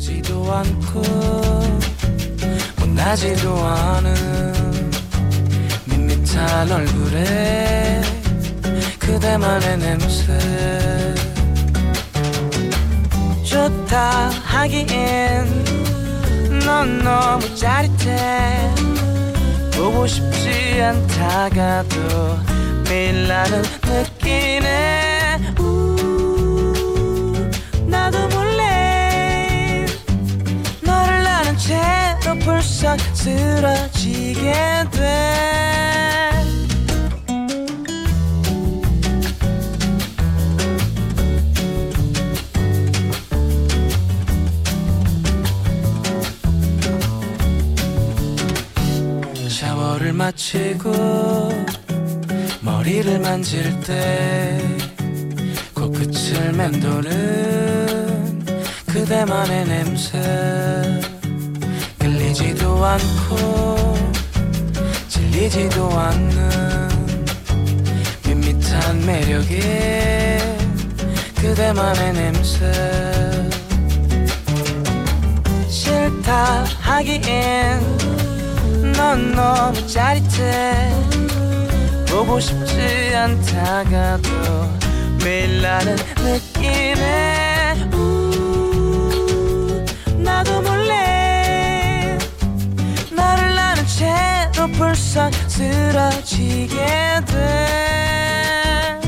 매일 나는 느끼네 우, 나도 몰래 너를 아는 채로 벌써 쓰러지게 돼 너를 마치고 머리를 만질 때 코끝을 맴도는 그대만의 냄새 끌리지도 않고 질리지도 않는 밋밋한 매력에 그대만의 냄새 싫다 하기엔 넌 너무 짜릿해 보고 싶지 않다가도 매일 나는 느끼네 우, 나도 몰래 나를 나는 채로 불쌍 쓰러지게 돼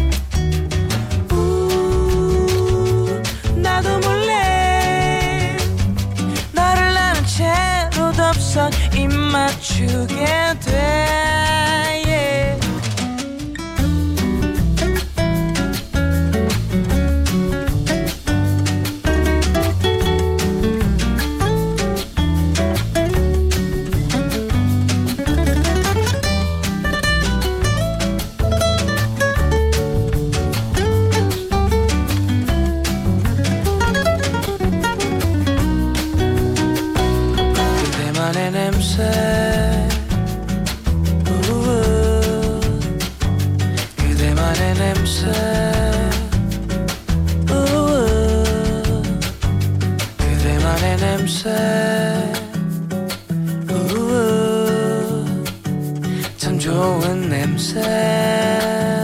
우, 나도 몰래 나를 나는 채로 덥석 입 맞추게 돼 yeah. 그대만의 냄새 우우, 그대만의 냄새 우우, 그대만의 냄새 우우, 참 좋은 냄새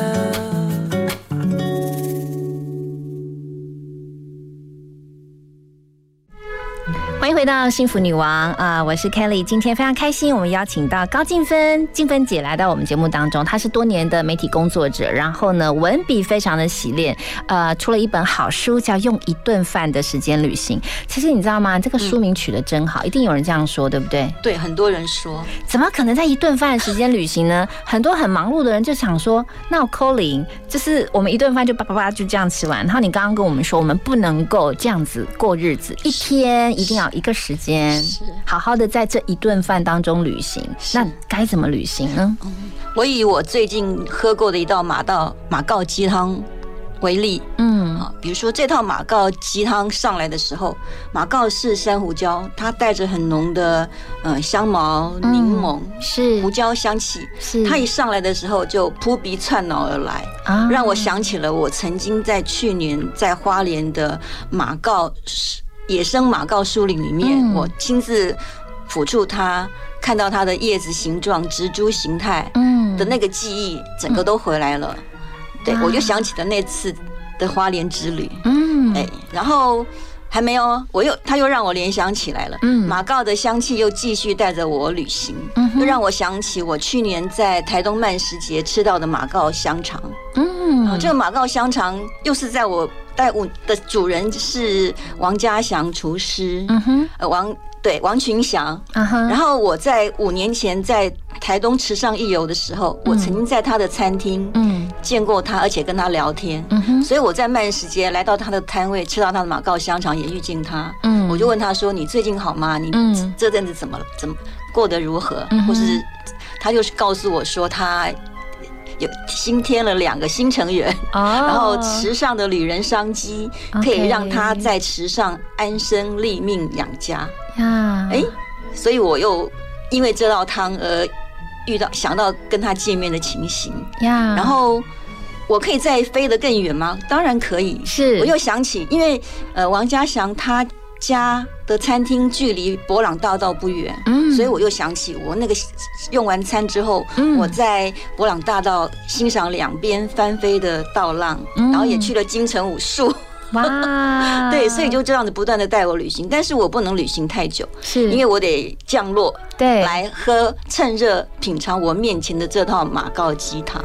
欢迎回到幸福女王啊、呃，我是 Kelly， 今天非常开心，我们邀请到高静芬，静芬姐来到我们节目当中。她是多年的媒体工作者，然后呢，文笔非常的洗练，呃，出了一本好书，叫《用一顿饭的时间旅行》。其实你知道吗？这个书名取得真好，嗯、一定有人这样说，对不对？ 对，很多人说， 怎么可能在一顿饭的时间旅行呢？很多很忙碌的人就想说，那我扣零，就是我们一顿饭就叭叭叭就这样吃完。然后你刚刚跟我们说，我们不能够这样子过日子，一天一定要一个时间，好好的在这一顿饭当中旅行。那该怎么旅行呢？ 嗯、我以我最近喝过的一道马道马告鸡汤为例，嗯，啊，比如说这套马告鸡汤上来的时候，马告是珊瑚礁，它带着很浓的呃香茅、柠檬、嗯、是胡椒香气，是它一上来的时候就扑鼻窜脑而来，啊，让我想起了我曾经在去年在花莲的马告野生马告树林里面，嗯、我亲自抚触它，看到它的叶子形状、植株形态，嗯的那个记忆，整个都回来了。嗯对，我就想起了那次的花莲之旅，嗯，哎，然后还没有，我又他又让我联想起来了，嗯，马告的香气又继续带着我旅行，嗯，又让我想起我去年在台东慢食节吃到的马告香肠，嗯，这个马告香肠又是在我带我的主人是王家祥厨师，嗯哼，呃王。对王群祥， uh-huh. 然后我在五年前在台东池上一游的时候，嗯、我曾经在他的餐厅见过他，而且跟他聊天，嗯、所以我在慢食节来到他的摊位，吃到他的马告香肠，也遇见他，嗯、我就问他说：“你最近好吗？你这阵子怎么怎么过得如何？”嗯、或是他就是告诉我说他有新添了两个新成员，哦、然后池上的旅人商机可以让他在池上安身立命养家。呀，哎，所以我又因为这道汤而遇到想到跟他见面的情形呀。然后我可以再飞得更远吗？当然可以。是，我又想起，因为呃王家祥他家的餐厅距离伯朗大道不远，嗯，所以我又想起我那个用完餐之后，嗯、我在伯朗大道欣赏两边翻飞的稻浪，嗯、然后也去了金城武树。哇，对，所以就这样子不断的带我旅行，但是我不能旅行太久，是因为我得降落，对，来喝趁热品尝我面前的这套马告鸡汤。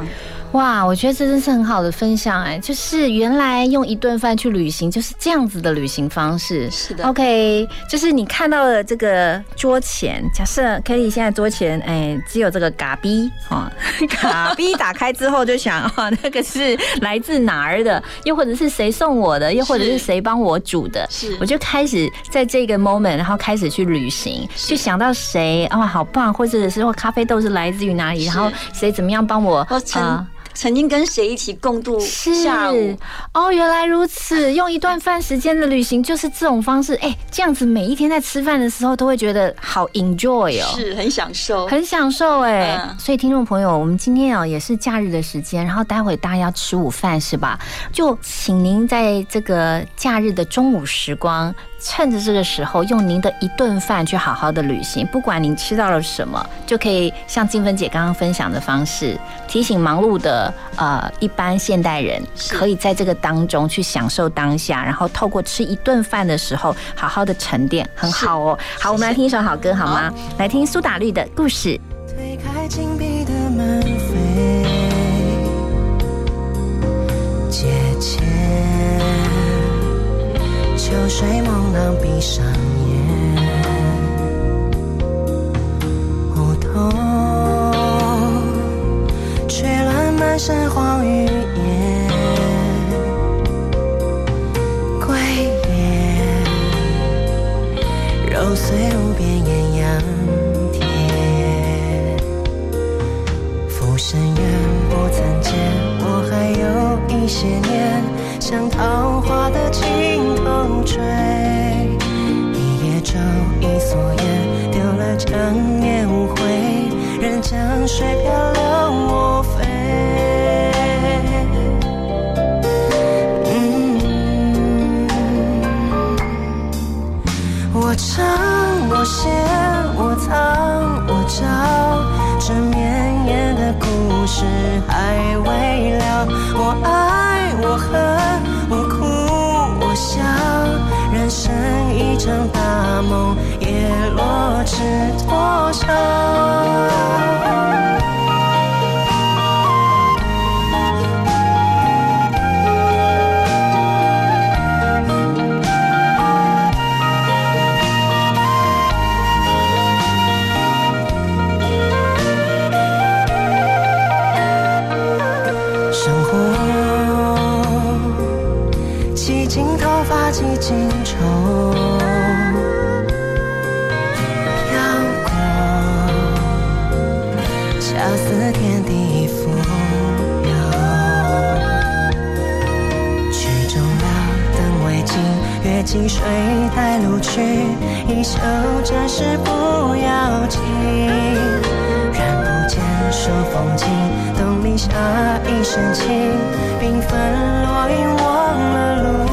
哇，我觉得这真是很好的分享哎，就是原来用一顿饭去旅行就是这样子的旅行方式。 是的 ，OK， 就是你看到了这个桌前，假设 Kelly 现在桌前哎只有这个咖逼哈，咖逼打开之后就想啊、哦，那个是来自哪儿的，又或者是谁送我的，又或者是谁帮我煮的，是我就开始在这个 moment， 然后开始去旅行，就想到谁啊、哦、好棒，或者是咖啡豆是来自于哪里，然后谁怎么样帮我啊。 曾经跟谁一起共度下午哦，原来如此，用一顿饭时间的旅行就是这种方式，哎、欸，这样子每一天在吃饭的时候都会觉得好 enjoy 哦， 是很享受， 很享受哎、欸嗯。所以听众朋友，我们今天哦也是假日的时间，然后待会大家要吃午饭是吧？就请您在这个假日的中午时光，趁着这个时候，用您的一顿饭去好好的旅行，不管您吃到了什么，就可以像静芬姐刚刚分享的方式，提醒忙碌的呃一般现代人，可以在这个当中去享受当下，然后透过吃一顿饭的时候，好好的沉淀，很好哦。好，我们来听一首好歌好吗？来听苏打绿的故事。 推开紧闭的门扉，借钱。秋水蒙浪，闭上眼，梧桐吹乱满身黄雨烟，归雁揉碎路边艳阳天，浮生缘不曾见，我还有一些年，像桃花的尽头追，一叶舟，一蓑烟，丢了长夜无悔，任江水漂流我飞。嗯，我唱，我写，我藏，我找，这绵延的故事还未了。我爱，我恨，我哭，我笑，人生一场大梦，也落知多少。几经愁，飘过，恰似天地富有。曲终了，灯未尽，月寄水带路去，一袖真实不要紧。然不见说风景，东篱下一身轻，缤纷落英忘了路。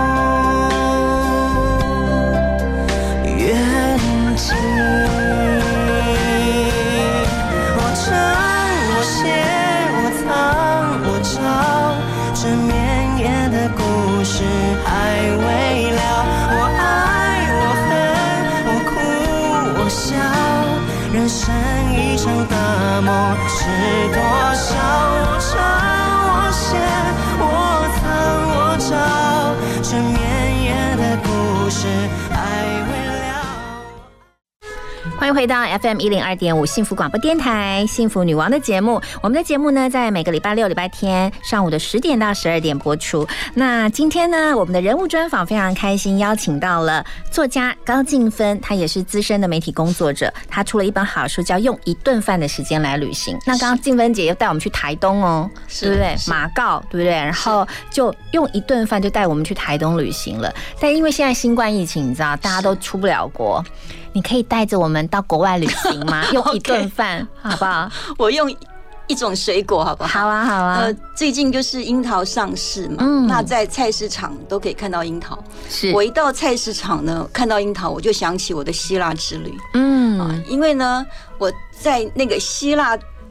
我唱，我写，我藏，我找，这绵延的故事还未了。我爱，我恨，我哭，我笑，人生一场大梦，是多少？我唱，我写，我藏，我找，这绵延的故事还未了。 欢迎回到 F M 一零二点五幸福广播电台幸福女王的节目。我们的节目呢，在每个礼拜六、礼拜天上午的十点到十二点播出。那今天呢，我们的人物专访非常开心，邀请到了作家高静芬，她也是资深的媒体工作者，她出了一本好书，叫《用一顿饭的时间来旅行》。那刚刚静芬姐又带我们去台东哦，对不对？马告，对不对？然后就用一顿饭就带我们去台东旅行了。但因为现在新冠疫情，你知道大家都出不了国。你可以带着我们到国外旅行吗？用一顿饭，好不好？ 我用一种水果，好不好？ 好啊，好啊。 呃，最近就是樱桃上市嘛，嗯，那在菜市场都可以看到樱桃。是我一到菜市场呢，看到樱桃，我就想起我的希腊之旅。嗯，啊、因为呢，我在那个希腊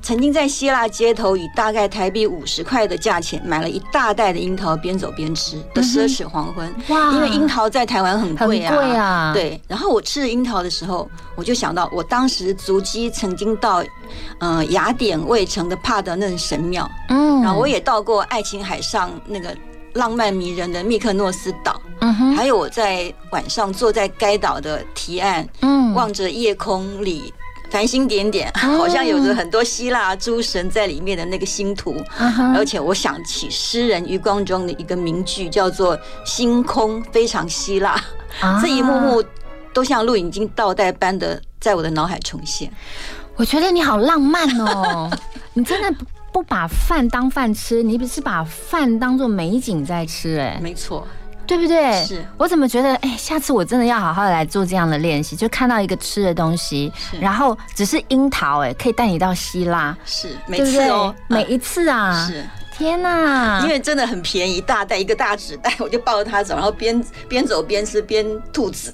曾经在希腊街头以大概台币五十块的价钱买了一大袋的樱桃，边走边吃的奢侈黄昏。哇！因为樱桃在台湾很贵啊， 很贵啊。 对。然后我吃樱桃的时候，我就想到我当时足迹曾经到呃雅典卫城的帕德嫩神庙，嗯，然后我也到过爱琴海上那个浪漫迷人的密克诺斯岛，嗯哼，还有我在晚上坐在该岛的堤岸，嗯，望着夜空里繁星点点，好像有着很多希腊诸神在里面的那个星图。Uh-huh. 而且我想起诗人余光中的一个名句，叫做“星空非常希腊”， uh-huh. 这一幕幕都像录影机倒带般的在我的脑海重现。 我觉得你好浪漫哦，你真的不把饭当饭吃，你不是把饭当作美景在吃。哎， 没错。 对不对？ 是我怎么觉得，哎，下次我真的要好好的来做这样的练习，就看到一个吃的东西，然后只是樱桃，哎，可以带你到希腊， 是每次哦， 每一次啊， 是。 天哪！ 因为真的很便宜，大袋一个大纸袋，我就抱着它走，然后边边走边吃边吐籽，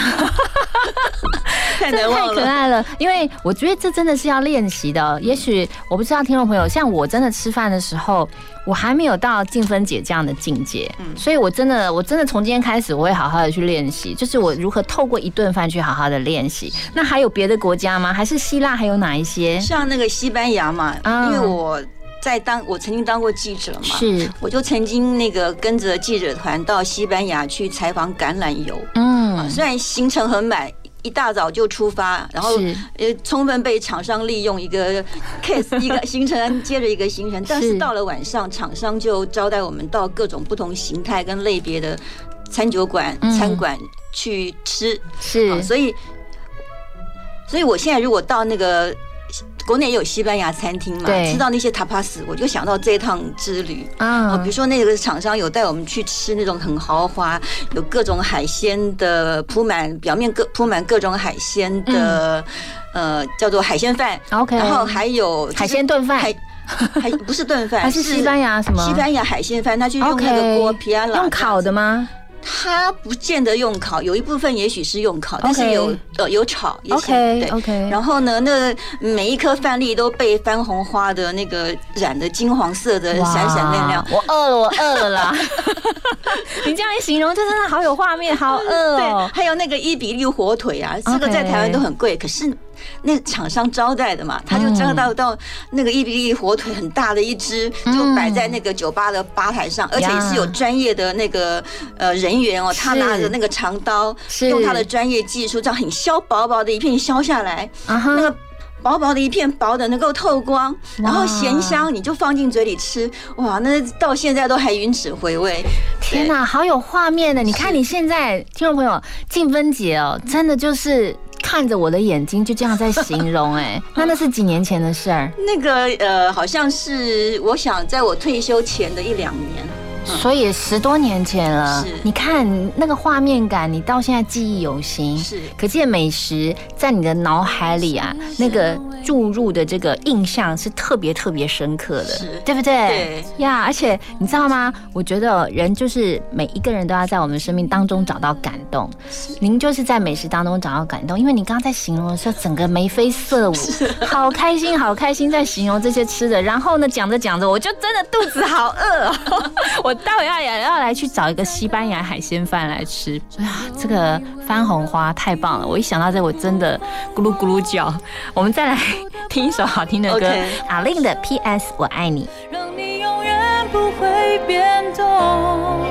太难忘了， 太可爱了。因为我觉得这真的是要练习的。也许我不知道听众朋友，像我真的吃饭的时候，我还没有到静芬姐这样的境界，嗯，所以我真的我真的从今天开始，我会好好的去练习，就是我如何透过一顿饭去好好的练习。那还有别的国家吗？还是希腊还有哪一些？ 像那个西班牙嘛，嗯，因为我。在当我曾经当过记者嘛，是，我就曾经那个跟着记者团到西班牙去采访橄榄油，嗯，啊，虽然行程很满，一大早就出发，然后呃充分被厂商利用，一个 case 一个行程接着一个行程，但是到了晚上，厂商就招待我们到各种不同形态跟类别的餐酒馆、嗯、餐馆去吃，是，啊，所以，所以我现在如果到那个。国内也有西班牙餐厅嘛，吃到那些 tapas， 我就想到这一趟之旅啊，比如说那个厂商有带我们去吃那种很豪华，有各种海鲜的铺满表面各铺满各种海鲜的，嗯，呃，叫做海鲜饭 ，OK， 然后还有海鲜炖饭。 还不是炖饭， 还是西班牙什么？ 西班牙海鲜饭，他就用那个锅皮啊， 用烤的吗？ 它不见得用烤，有一部分也许是用烤， okay, 但是有呃有炒也行。 Okay, 对 okay. 然后呢，那每一颗饭粒都被番红花的那个染的金黄色的，闪闪亮亮。 我饿了，我饿了啦！你这样一形容，这真的好有画面，好饿哦。 对，还有那个伊比利火腿啊，这个在台湾都很贵， okay. 可是。那厂商招待的嘛，他就招待到那个伊比利火腿很大的一只，就摆在那个酒吧的吧台上，而且也是有专业的那个呃人员哦，他拿着那个长刀，用他的专业技术，这样很削薄薄的一片削下来，那个薄薄的一片薄的能够透光，然后咸香，你就放进嘴里吃，哇，那到现在都还云指回味。 天哪，好有画面的！你看你现在听众朋友，静芬姐哦，真的就是。看着我的眼睛就这样在形容，哎，那那是几年前的事儿。 那个呃，好像是我想在我退休前的一两年， 所以十多年前了。是，你看那个画面感，你到现在记忆犹新。是，可见美食在你的脑海里啊，那个注入的这个印象是特别特别深刻的，是，对不对？对呀，而且你知道吗？我觉得人就是每一个人都要在我们生命当中找到感动。您就是在美食当中找到感动，因为你刚刚在形容的时候，整个眉飞色舞，好开心，好开心，在形容这些吃的。然后呢，讲着讲着，我就真的肚子好饿哦，我待会要也要来去找一个西班牙海鲜饭来吃。啊，这个番红花太棒了！我一想到这，我真的咕噜咕噜叫。我们再来听一首好听的歌， okay. 阿令的 P S 我爱你。 让你永远不会变动，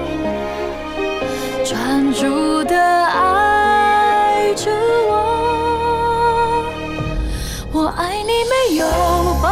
专注的爱着我，我爱你没有保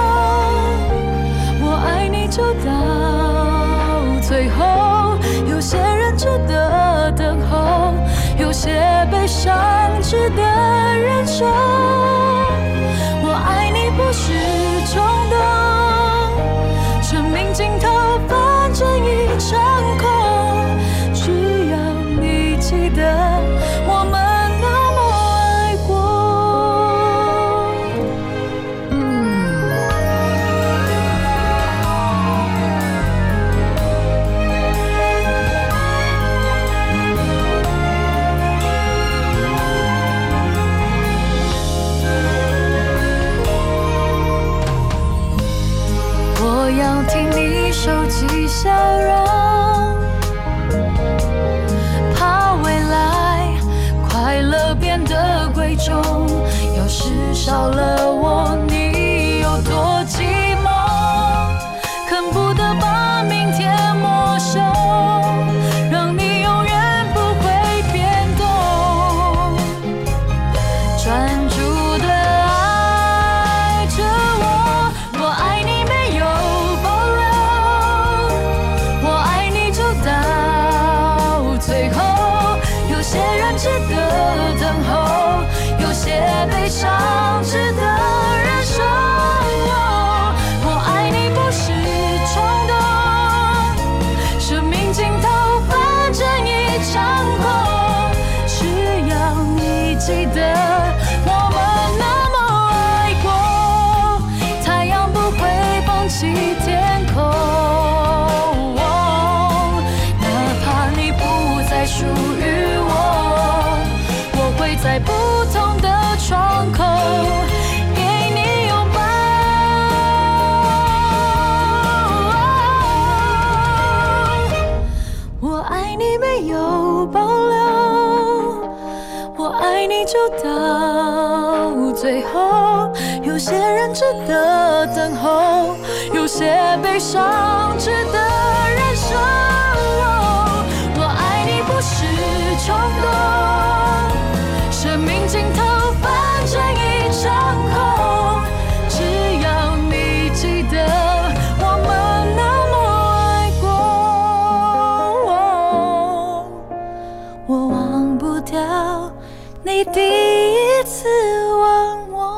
留，我爱你就到最后。有些人值得等候，有些悲伤值得忍受。我爱你不是冲动，生命尽头反正一场空，只要你记得我们那么爱过。 笑容，怕未来快乐变得贵重。要是少了我，你有多寂寞？恨不得把明天没收，让你永远不会变动，专注的爱着我。我爱你没有保留，我爱你就到最后。有些人值得等候，有些悲伤值得忍受。我爱你不是冲动，生命尽头反正一场空。只要你记得我们那么爱过，太阳不会放弃天空。哪怕你不再属于我，我会在不同的窗口给你拥抱。我爱你没有保留，我爱你就到最后。有些人值得等候，有些悲伤值得忍受。我爱你不是冲动，生命尽头反正一场空。只要你记得我们那么爱过，我忘不掉你第一次吻我。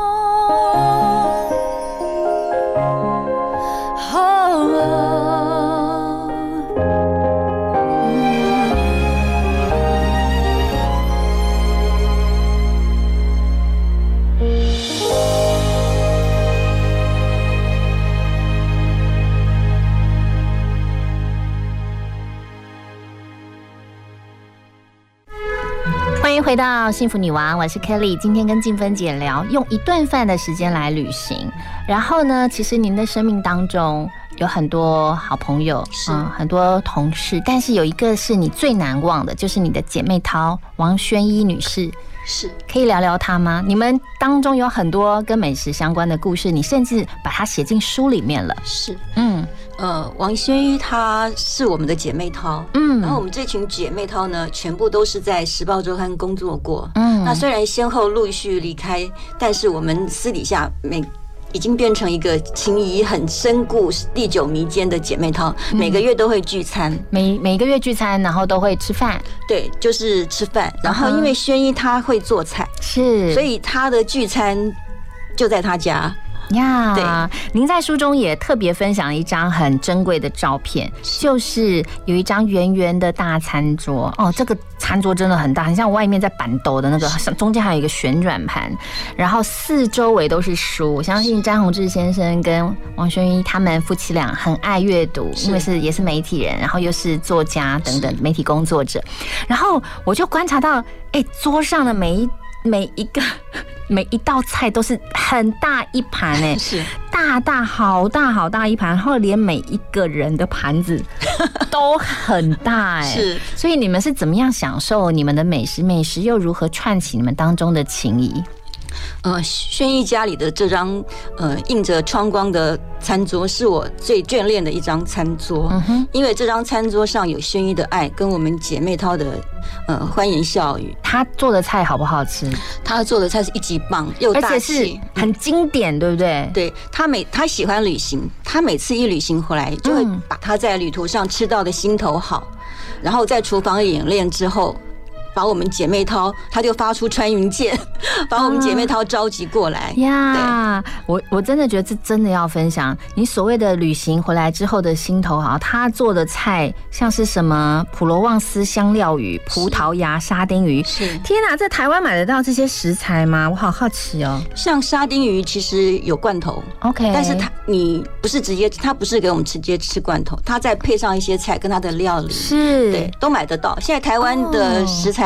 欢迎回到幸福女王，我是 Kelly。今天跟静芬姐聊用一顿饭的时间来旅行。然后呢，其实您的生命当中有很多好朋友，嗯，很多同事，但是有一个是你最难忘的，就是你的姐妹淘王宣一女士。 是， 可以聊聊她吗？你们当中有很多跟美食相关的故事，你甚至把它写进书里面了。 是，嗯，呃，王宣一她是我们的姐妹淘，嗯，然后我们这群姐妹淘呢，全部都是在时报周刊工作过，嗯，那虽然先后陆续离开，但是我们私底下每已经变成一个情谊很深固、历久弥坚的姐妹淘，每个月都会聚餐， 每每个月聚餐，然后都会吃饭， 对，就是吃饭。然后因为宣一她会做菜， 是， 所以她的聚餐就在她家。 呀，对，您在书中也特别分享了一张很珍贵的照片，就是有一张圆圆的大餐桌哦，这个餐桌真的很大，很像外面在板斗的那个，中间还有一个旋转盘，然后四周围都是书。我相信詹宏志先生跟王宣一他们夫妻俩很爱阅读，因为是也是媒体人，然后又是作家等等媒体工作者。然后我就观察到，哎，桌上的每一每一个。每一道菜都是很大一盘哎， 是大大好大好大一盘，然后连每一个人的盘子都很大哎， 是， 所以你们是怎么样享受你们的美食？美食又如何串起你们当中的情谊？ 呃，宣一家里的这张呃映着窗光的餐桌是我最眷恋的一张餐桌，嗯哼，因为这张餐桌上有宣一的爱跟我们姐妹淘的呃欢言笑语。 他做的菜好不好吃？ 他做的菜是一级棒，又大气， 而且是很经典，对不对？ 对，他每他喜欢旅行，他每次一旅行回来，就会把他在旅途上吃到的心头好，然后在厨房演练之后。把我们姐妹淘，他就发出穿云箭，把我们姐妹淘召集过来呀。我我真的觉得这真的要分享。你所谓的旅行回来之后的心头好，他做的菜像是什么普罗旺斯香料鱼、葡萄牙沙丁鱼， 是天哪，在台湾买得到这些食材吗？我好好奇哦。 像沙丁鱼其实有罐头 ，OK， 但是它你不是直接，它不是给我们直接吃罐头，它再配上一些菜跟它的料理， 是， 对，都买得到。现在台湾的食材。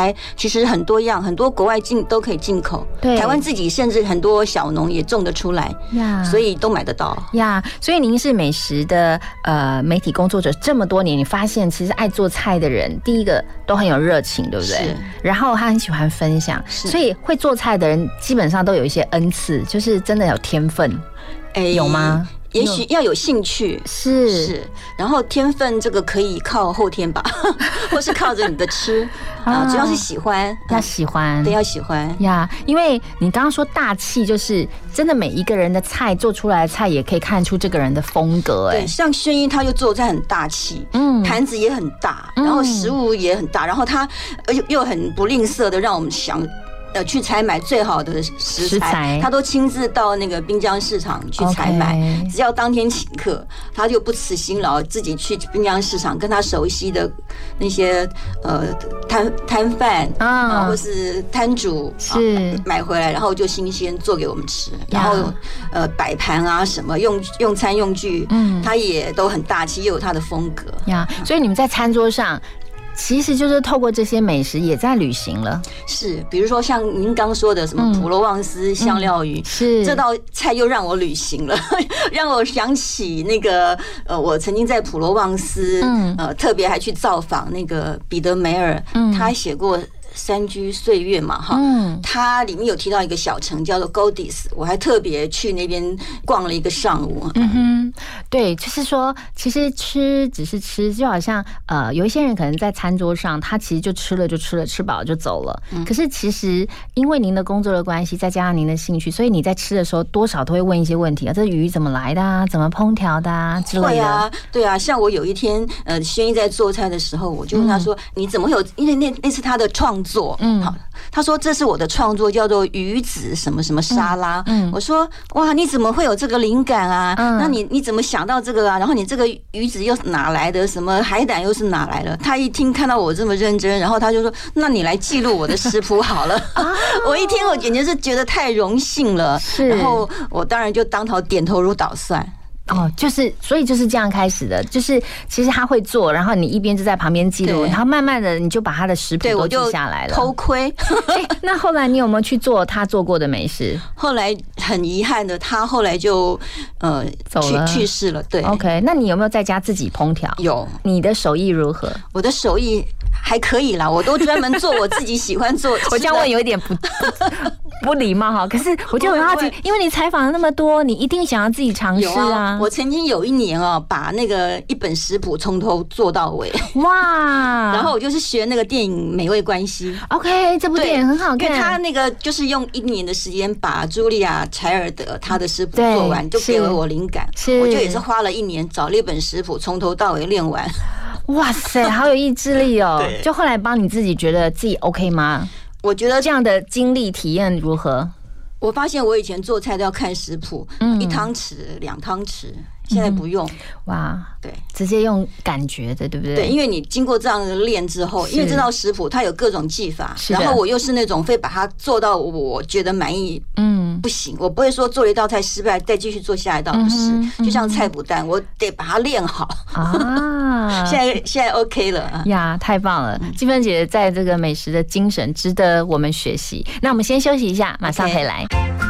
材其实很多样，很多国外进都可以进口， 对， 台湾自己甚至很多小农也种得出来呀， 所以都买得到呀。所以您是美食的呃媒体工作者这么多年，你发现其实爱做菜的人，第一个都很有热情，对不对？ 是。 然后他很喜欢分享，所以会做菜的人基本上都有一些恩赐，就是真的有天分， 哎， 有吗？ 也许要有兴趣， 是是，然后天分这个可以靠后天吧，或是靠着你的吃啊，只要是喜欢， 要喜欢， 对，要喜欢呀。因为你刚刚说大气，就是真的每一个人的菜做出来的菜，也可以看出这个人的风格。哎， 对，像轩一他就做菜很大气，嗯，盘子也很大，然后食物也很大，然后他又又很不吝啬的让我们想。呃，去采买最好的食材，食材他都亲自到那个滨江市场去采买。Okay. 只要当天请客，他就不辞辛劳，自己去滨江市场跟他熟悉的那些呃摊摊贩啊，或是摊主是、啊、买回来，然后就新鲜做给我们吃。然后呃摆盘啊什么用用餐用具，嗯，他也都很大气，又有他的风格呀。所以你们在餐桌上。其实就是透过这些美食也在旅行了， 是，比如说像您刚说的什么普罗旺斯香料鱼，嗯嗯、是这道菜又让我旅行了，让我想起那个呃，我曾经在普罗旺斯，嗯、呃，特别还去造访那个彼得梅尔，嗯、他写过。山居岁月嘛，哈，嗯，它里面有提到一个小城叫做 Godis， 我还特别去那边逛了一个上午。 嗯哼，对，就是说，其实吃只是吃，就好像呃，有一些人可能在餐桌上，他其实就吃了就吃了，吃饱就走了。嗯、可是其实因为您的工作的关系，再加上您的兴趣，所以你在吃的时候多少都会问一些问题啊，这鱼怎么来的啊，怎么烹调的啊之类的。 对啊，对啊，像我有一天呃，轩一在做菜的时候，我就问他说：“嗯、你怎么会有？因为那那是他的创。”做嗯，好，他说这是我的创作，叫做鱼子什么什么沙拉。嗯，我说哇，你怎么会有这个灵感啊？嗯，那你你怎么想到这个啊？然后你这个鱼子又是哪来的？什么海胆又是哪来的？他一听看到我这么认真，然后他就说：“那你来记录我的食谱好了。啊”我一听，我简直是觉得太荣幸了。是，然后我当然就当头点头如捣蒜。 哦，就是所以就是这样开始的，就是其实他会做，然后你一边就在旁边记录，然后慢慢的你就把他的食谱都记下来了。 偷窥。 欸，那后来你有没有去做他做过的美食？ 后来很遗憾的，他后来就呃走了， 去世了。对 ，OK， 那你有没有在家自己烹调？ 有。 你的手艺如何？ 我的手艺还可以啦，我都专门做我自己喜欢做。 我这样问有一点不不礼貌哈，可是我就很好奇，因为你采访了那么多，你一定想要自己尝试啊。 我曾经有一年啊，把那个一本食谱从头做到尾，哇！然后我就是学那个电影《美味关系》。 OK， 这部电影很好看， 因为他那个就是用一年的时间把茱莉亚·柴尔德他的食谱做完，就给了我灵感。我就也是花了一年找了一本食谱，从头到尾练完。 哇塞，好有意志力哦！就后来帮你自己觉得自己 OK 吗？ 我觉得这样的经历体验如何？ 我发现我以前做菜都要看食谱，嗯，一汤匙、两汤匙，现在不用。哇，对， 直接用感觉的，对不对？ 对，因为你经过这样的练之后，因为这道食谱它有各种技法，然后我又是那种非把它做到我觉得满意，嗯，不行，我不会说做了一道菜失败再继续做下一道，不是，就像菜脯蛋，我得把它练好啊。现在现在 OK 了呀，太棒了！纪芬姐在这个美食的精神值得我们学习。那我们先休息一下，马上回来。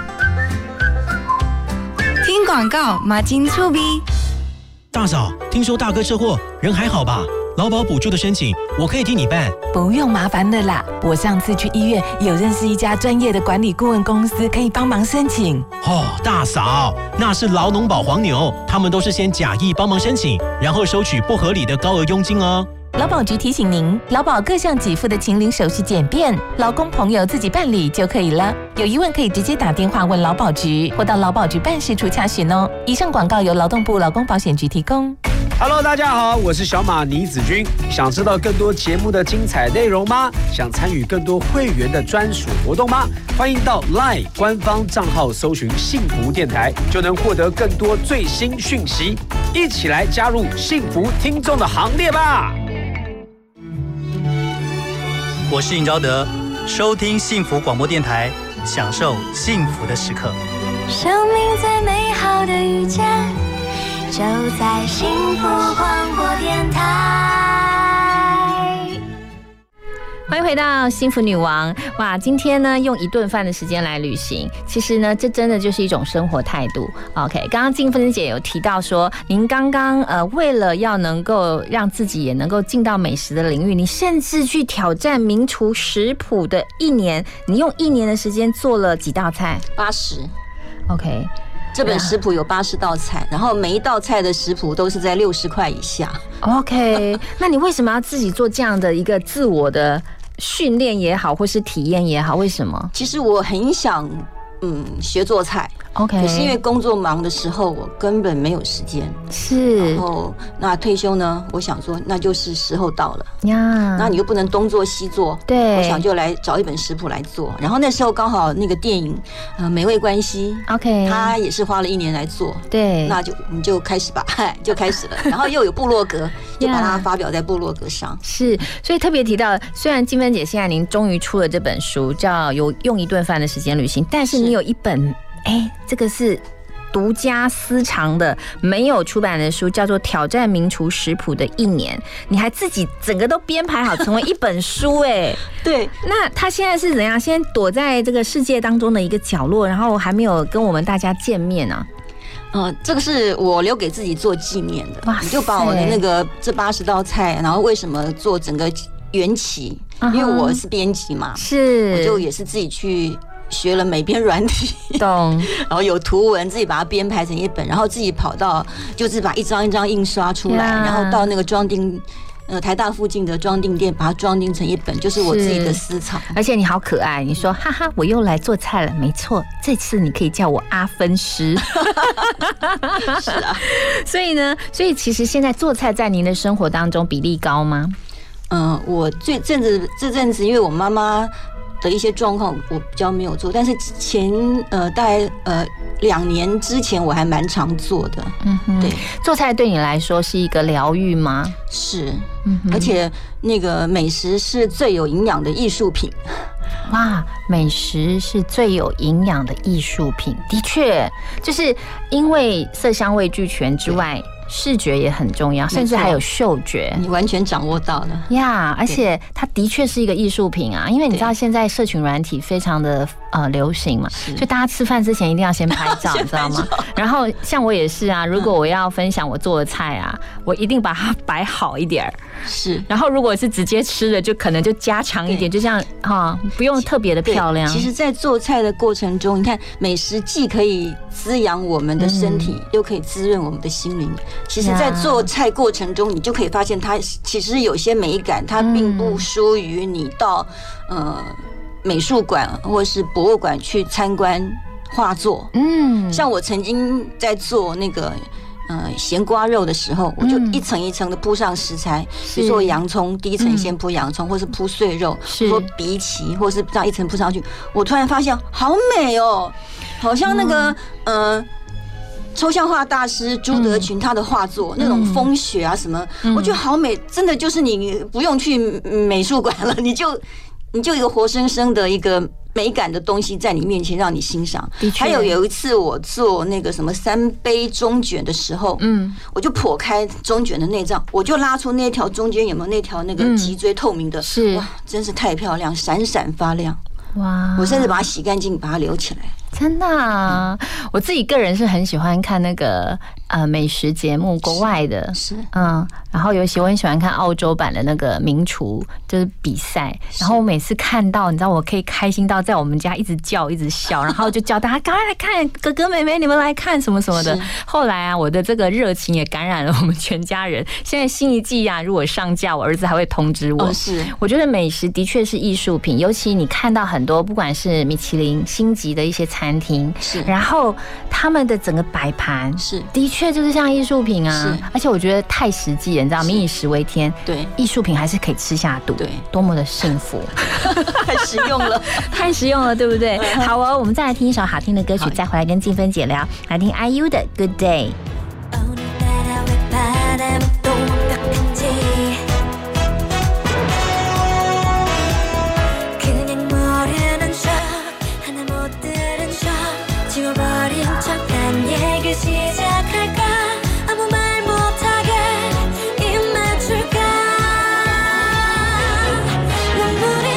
听广告，马金触逼。 大嫂，听说大哥车祸，人还好吧？劳保补助的申请，我可以替你办。 不用麻烦了啦，我上次去医院有认识一家专业的管理顾问公司，可以帮忙申请。 哦，大嫂，那是劳农保黄牛，他们都是先假意帮忙申请，然后收取不合理的高额佣金哦。 劳保局提醒您，劳保各项给付的请领手续简便，劳工朋友自己办理就可以了。有疑问可以直接打电话问劳保局，或到劳保局办事处查询哦。以上广告由劳动部劳工保险局提供。 Hello， 大家好，我是小马倪子君。想知道更多节目的精彩内容吗？想参与更多会员的专属活动吗？欢迎到 LINE 官方账号搜寻幸福电台，就能获得更多最新讯息。一起来加入幸福听众的行列吧！ 我是尹昭德，收听幸福广播电台，享受幸福的时刻。 生命最美好的遇见，就在幸福广播电台。 欢迎回到幸福女王。哇，今天呢用一顿饭的时间来旅行，其实呢这真的就是一种生活态度。OK， 刚刚静芬姐有提到说，您刚刚呃为了要能够让自己也能够进到美食的领域，你甚至去挑战名厨食谱的一年，你用一年的时间做了几道菜？ 八十。 OK。 这本食谱有八十道菜，然后每一道菜的食谱都是在六十块以下。 OK， 那你为什么要自己做这样的一个自我的训练也好，或是体验也好？为什么？ 其实我很想嗯学做菜。OK， 可是因为工作忙的时候，我根本没有时间。 是， 然后那退休呢？我想说，那就是时候到了呀。 那你又不能东做西做， 对， 我想就来找一本食谱来做。然后那时候刚好那个电影呃《美味关系》 ，OK， 他也是花了一年来做。 对， 那就我们就开始吧，就开始了。然后又有部落格，就把它发表在部落格上。 是，所以特别提到，虽然静芬姐现在您终于出了这本书，叫《有用一顿饭的时间旅行》，但是你有一本。哎，这个是独家私藏的，没有出版的书，叫做《挑战名厨食谱的一年》，你还自己整个都编排好，成为一本书哎。 对， 那他现在是怎样？先躲在这个世界当中的一个角落，然后还没有跟我们大家见面啊？ 呃，这个是我留给自己做纪念的。哇，你就把我的那个这八十道菜，然后为什么做整个缘起，因为我是编辑嘛， 是， 我就也是自己去。学了美编软体， 懂， 然后有图文，自己把它编排成一本，然后自己跑到就是把一张一张印刷出来， yeah. 然后到那个装订，呃，台大附近的装订店把它装订成一本，就是我自己的私藏。 而且你好可爱，你说哈哈，我又来做菜了，没错，这次你可以叫我阿芬师。 是啊， 所以呢，所以其实现在做菜在您的生活当中比例高吗？ 嗯、呃，我这阵子这阵子因为我妈妈的一些状况我比较没有做，但是前呃大概呃两年之前我还蛮常做的。 嗯哼，对，做菜对你来说是一个疗愈吗？ 是，嗯，而且那个美食是最有营养的艺术品。 哇，美食是最有营养的艺术品，的确，就是因为色香味俱全之外。视觉也很重要，甚至还有嗅觉， 你完全掌握到了呀！ Yeah, 而且它的确是一个艺术品啊，因为你知道现在社群软体非常的呃流行嘛，所以大家吃饭之前一定要先拍照，你知道吗？然后像我也是啊，如果我要分享我做的菜啊，我一定把它摆好一点， 是。 然后如果是直接吃的，就可能就加强一点，就这样哈，不用特别的漂亮。 其实，在做菜的过程中，你看美食既可以滋养我们的身体，嗯、又可以滋润我们的心灵。其实，在做菜过程中，你就可以发现它其实有些美感，它并不输于你到呃美术馆或是博物馆去参观画作。嗯，像我曾经在做那个呃咸瓜肉的时候，我就一层一层的铺上食材，比如说洋葱，第一层先铺洋葱，或是铺碎肉，说荸荠，或是这样一层铺上去，我突然发现好美哦，好像那个呃。抽象画大师朱德群他的画作、嗯、那种风雪啊什么、嗯、我觉得好美，真的就是你不用去美术馆了，你就你就有活生生的一个美感的东西在你面前让你欣赏。还有有一次我做那个什么三杯中卷的时候，嗯，我就剖开中卷的内脏，我就拉出那条中间有没有那条那个脊椎透明的，是、嗯、哇，真是太漂亮，闪闪发亮。哇！我甚至把它洗干净，把它留起来。 真的、啊嗯，我自己个人是很喜欢看那个呃美食节目，国外的，是嗯，然后尤其我很喜欢看澳洲版的那个名厨，就是比赛。然后我每次看到，你知道，我可以开心到在我们家一直叫，一直笑，然后就叫大家赶快来看，哥哥妹妹你们来看什么什么的。后来啊，我的这个热情也感染了我们全家人。现在新一季啊，如果上架，我儿子还会通知我。哦、是，我觉得美食的确是艺术品，尤其你看到很多不管是米其林星级的一些餐厅，是，然后他们的整个摆盘是的确就是像艺术品啊，是，而且我觉得太实际了，你知道，民以食为天，对，艺术品还是可以吃下肚，对，多么的幸福， 太实用了， 太实用了，对不对？好哦，我们再来听一首好听的歌曲，再回来跟静芬姐聊，来聽 I U 的 Good Day。 눈물이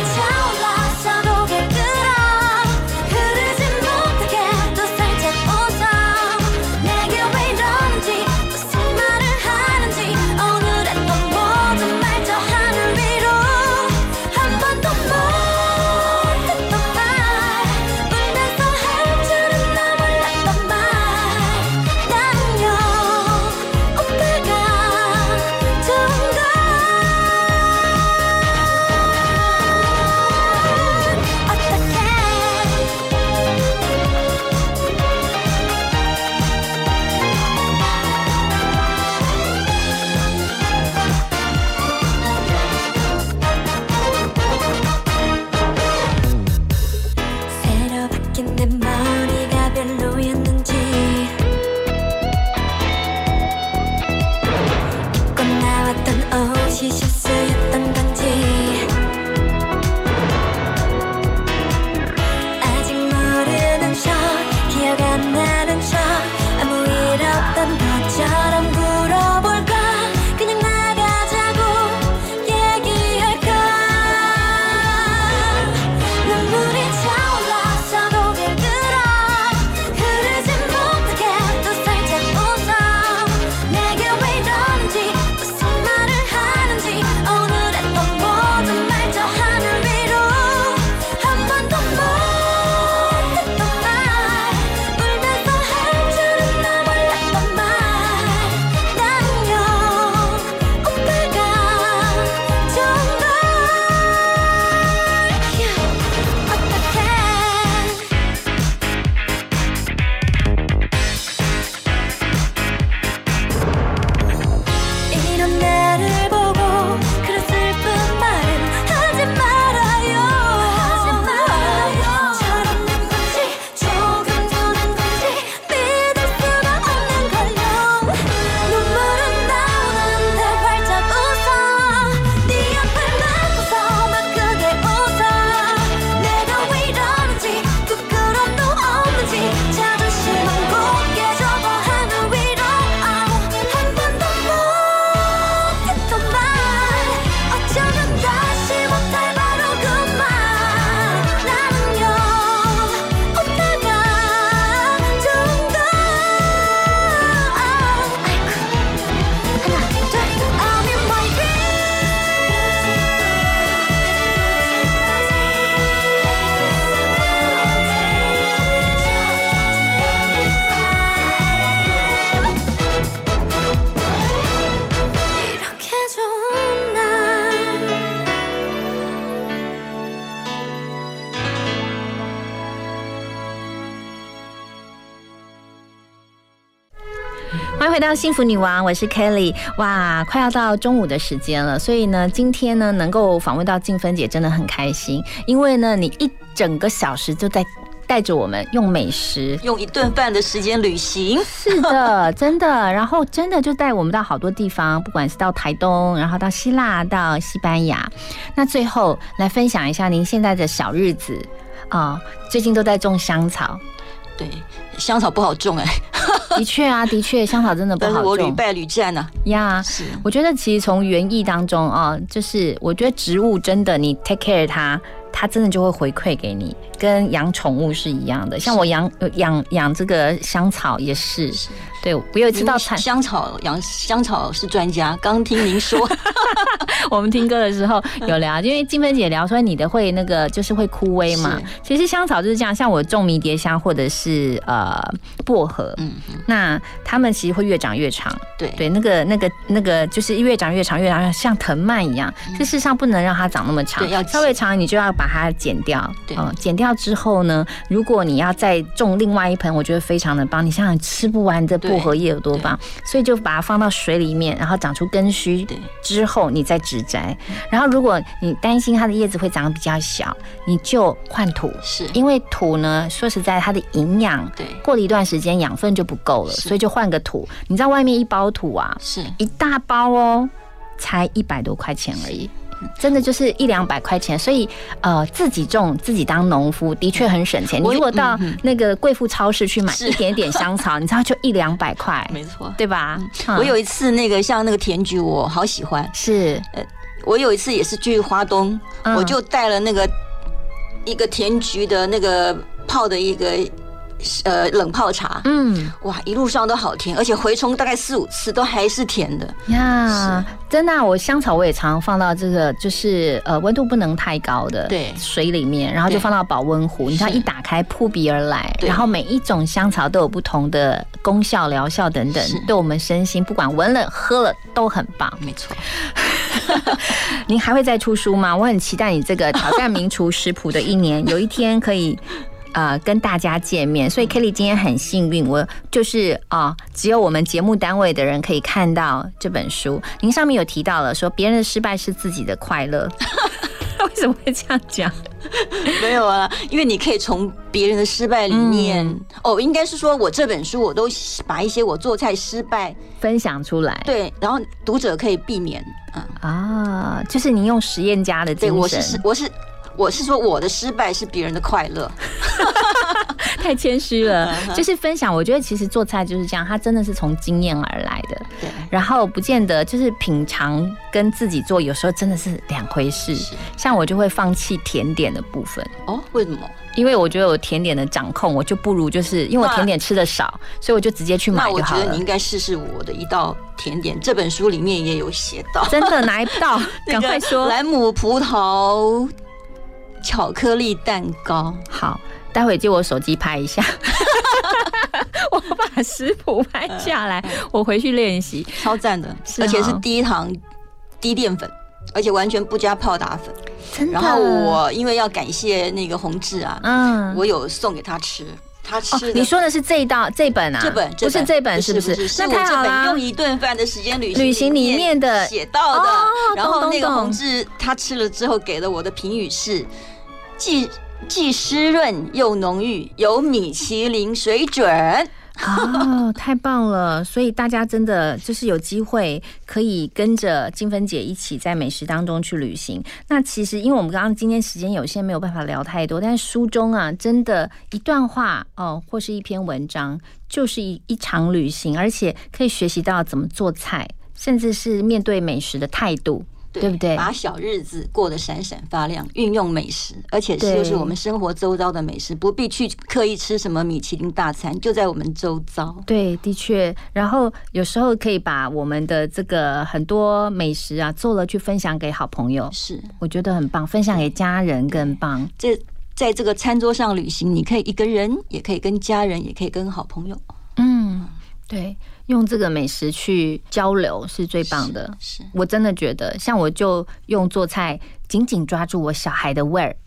欢迎回到幸福女王，我是 Kelly。哇，快要到中午的时间了，所以呢，今天呢能够访问到静芬姐真的很开心，因为呢，你一整个小时就在带着我们用美食， 用一顿饭的时间旅行。 是的，真的。然后真的就带我们到好多地方，不管是到台东，然后到希腊，到西班牙。那最后来分享一下您现在的小日子啊、哦，最近都在种香草。 对，香草不好种哎、 欸。的确啊，的确，香草真的不好种。 但是我屡败屡战呐、啊。 呀，是。我觉得其实从园艺当中啊、哦，就是我觉得植物真的你 take care 它。它真的就会回馈给你，跟养宠物是一样的。像我养养养这个香草也是，是对我有一次到菜香草养香草是专家，刚听您说， 我们听歌的时候有聊，因为静芬姐聊说你的会那个就是会枯萎嘛。其实香草就是这样，像我种迷迭香或者是呃薄荷，嗯，那它们其实会越长越长， 对对，那个那个那个就是越长越长越长，像藤蔓一样。这事实上不能让它长那么长，要稍微长你就要把把它剪掉，对、呃，剪掉之后呢，如果你要再种另外一盆，我觉得非常的棒。你想想吃不完这薄荷叶有多棒，所以就把它放到水里面，然后长出根须之后，你再植栽。然后如果你担心它的叶子会长得比较小，你就换土，是因为土呢，说实在它的营养，对，过了一段时间养分就不够了，所以就换个土。你知道外面一包土啊，是一大包哦，才一百多块钱而已。真的就是一两百块钱，所以呃，自己种自己当农夫的确很省钱。你如果到那个贵妇超市去买一点点香草，你知道就一两百块， 没错， 对吧？ 我有一次那个像那个甜菊，我好喜欢。 是， 呃，我有一次也是去花东，我就带了那个一个甜菊的那个泡的一个。呃，冷泡茶，嗯，哇，一路上都好甜，而且回冲大概四五次都还是甜的呀。真的、啊，我香草我也常放到这个，就是呃温度不能太高的对水里面，然后就放到保温壶，你知道一打开扑鼻而来，然后每一种香草都有不同的功效、疗效等等，对我们身心不管闻了喝了都很棒。 没错。 您还会再出书吗？我很期待你这个挑战名厨食谱的一年，有一天可以。呃，跟大家见面，所以 Kelly 今天很幸运，我就是啊、呃，只有我们节目单位的人可以看到这本书。您上面有提到了说，别人的失败是自己的快乐，为什么会这样讲？ 没有啊，因为你可以从别人的失败里面，嗯、哦，应该是说我这本书我都把一些我做菜失败分享出来， 对，然后读者可以避免啊、嗯、啊，就是你用实验家的精神， 对，我是我是。我是说，我的失败是别人的快乐， 太谦虚了。就是分享，我觉得其实做菜就是这样，它真的是从经验而来的。对，然后不见得就是品尝跟自己做，有时候真的是两回事。像我就会放弃甜点的部分。 哦，为什么？ 因为我觉得我甜点的掌控，我就不如就是因为我甜点吃的少，所以我就直接去买就好了。 那我觉得你应该试试我的一道甜点，这本书里面也有写到。 真的哪一道？赶快说。 兰姆葡萄。巧克力蛋糕， 好，待会借我手机拍一下，我把食谱拍下来，我回去练习， 超赞的，而且是低糖、低淀粉，而且完全不加泡打粉。 真的。 然后我因为要感谢那个宏志啊，嗯，我有送给他吃。他吃的、 哦，你说的是这一道这本啊？ 这本不是这本，是不是？ 是那太好了，用一顿饭的时间旅行旅行里面的写到的。哦、然后那个宏志他吃了之后给了我的评语是，既既湿润又浓郁，有米其林水准。 哦，太棒了！所以大家真的就是有机会可以跟着静芬姐一起在美食当中去旅行。那其实因为我们刚刚今天时间有限，没有办法聊太多，但是书中啊，真的一段话哦，或是一篇文章，就是一一场旅行，而且可以学习到怎么做菜，甚至是面对美食的态度。对, 对不对？ 把小日子过得闪闪发亮，运用美食，而且是就是我们生活周遭的美食，不必去刻意吃什么米其林大餐，就在我们周遭。 对，的确。然后有时候可以把我们的这个很多美食啊做了去分享给好朋友， 是我觉得很棒。分享给家人更棒。 这在这个餐桌上旅行，你可以一个人，也可以跟家人，也可以跟好朋友。 嗯，对。用这个美食去交流是最棒的，是, 是我真的觉得，像我就用做菜紧紧抓住我小孩的味儿，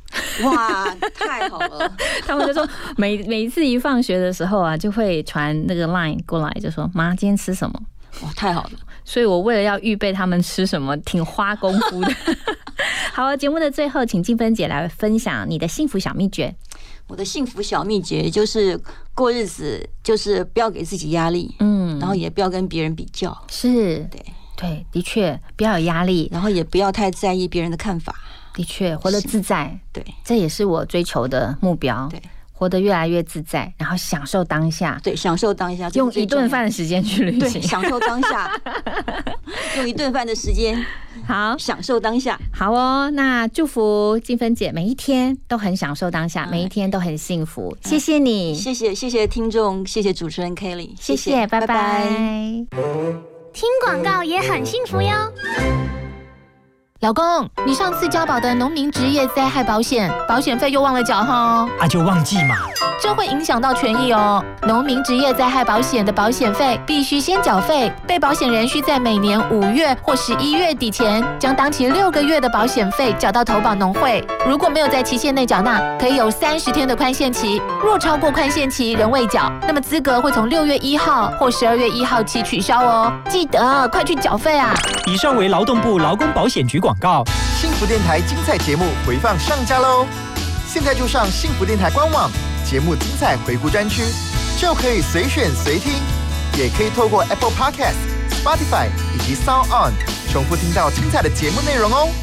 哇，太好了！ 他们就说每每一次一放学的时候啊，就会传那个 line 过来，就说妈，今天吃什么？ 哇，太好了！ 所以我为了要预备他们吃什么，挺花功夫的。好，节目的最后，请静芬姐来分享你的幸福小秘诀。 我的幸福小秘诀就是过日子，就是不要给自己压力，嗯，然后也不要跟别人比较， 是， 对对，的确不要有压力， 然后也不要太在意别人的看法， 的确活得自在， 对， 这也是我追求的目标， 对。 活得越来越自在，然后享受当下。 对，享受当下， 用一顿饭的时间去旅行， 享受当下。用一顿饭的时间， 好享受当下。 好哦，那祝福静芬姐每一天都很享受当下，嗯、每一天都很幸福。谢谢你， 谢谢谢谢听众，谢谢主持人 Kelly， 谢谢，谢谢拜拜。拜拜听广告也很幸福哟。 老公，你上次交保的农民职业灾害保险，保险费又忘了缴哈？ 啊，就忘记嘛。 这会影响到权益哦。农民职业灾害保险的保险费必须先缴费，被保险人需在每年五月或十一月底前，将当期六个月的保险费缴到投保农会。如果没有在期限内缴纳，可以有三十天的宽限期。若超过宽限期仍未缴，那么资格会从六月一号或十二月一号起取消哦。记得快去缴费啊！ 以上为劳动部劳工保险局广告。 幸福电台精彩节目回放上架喽！现在就上幸福电台官网，节目精彩回顾专区，就可以随选随听，也可以透过 Apple Podcast、Spotify 以及 Sound On 重复听到精彩的节目内容哦。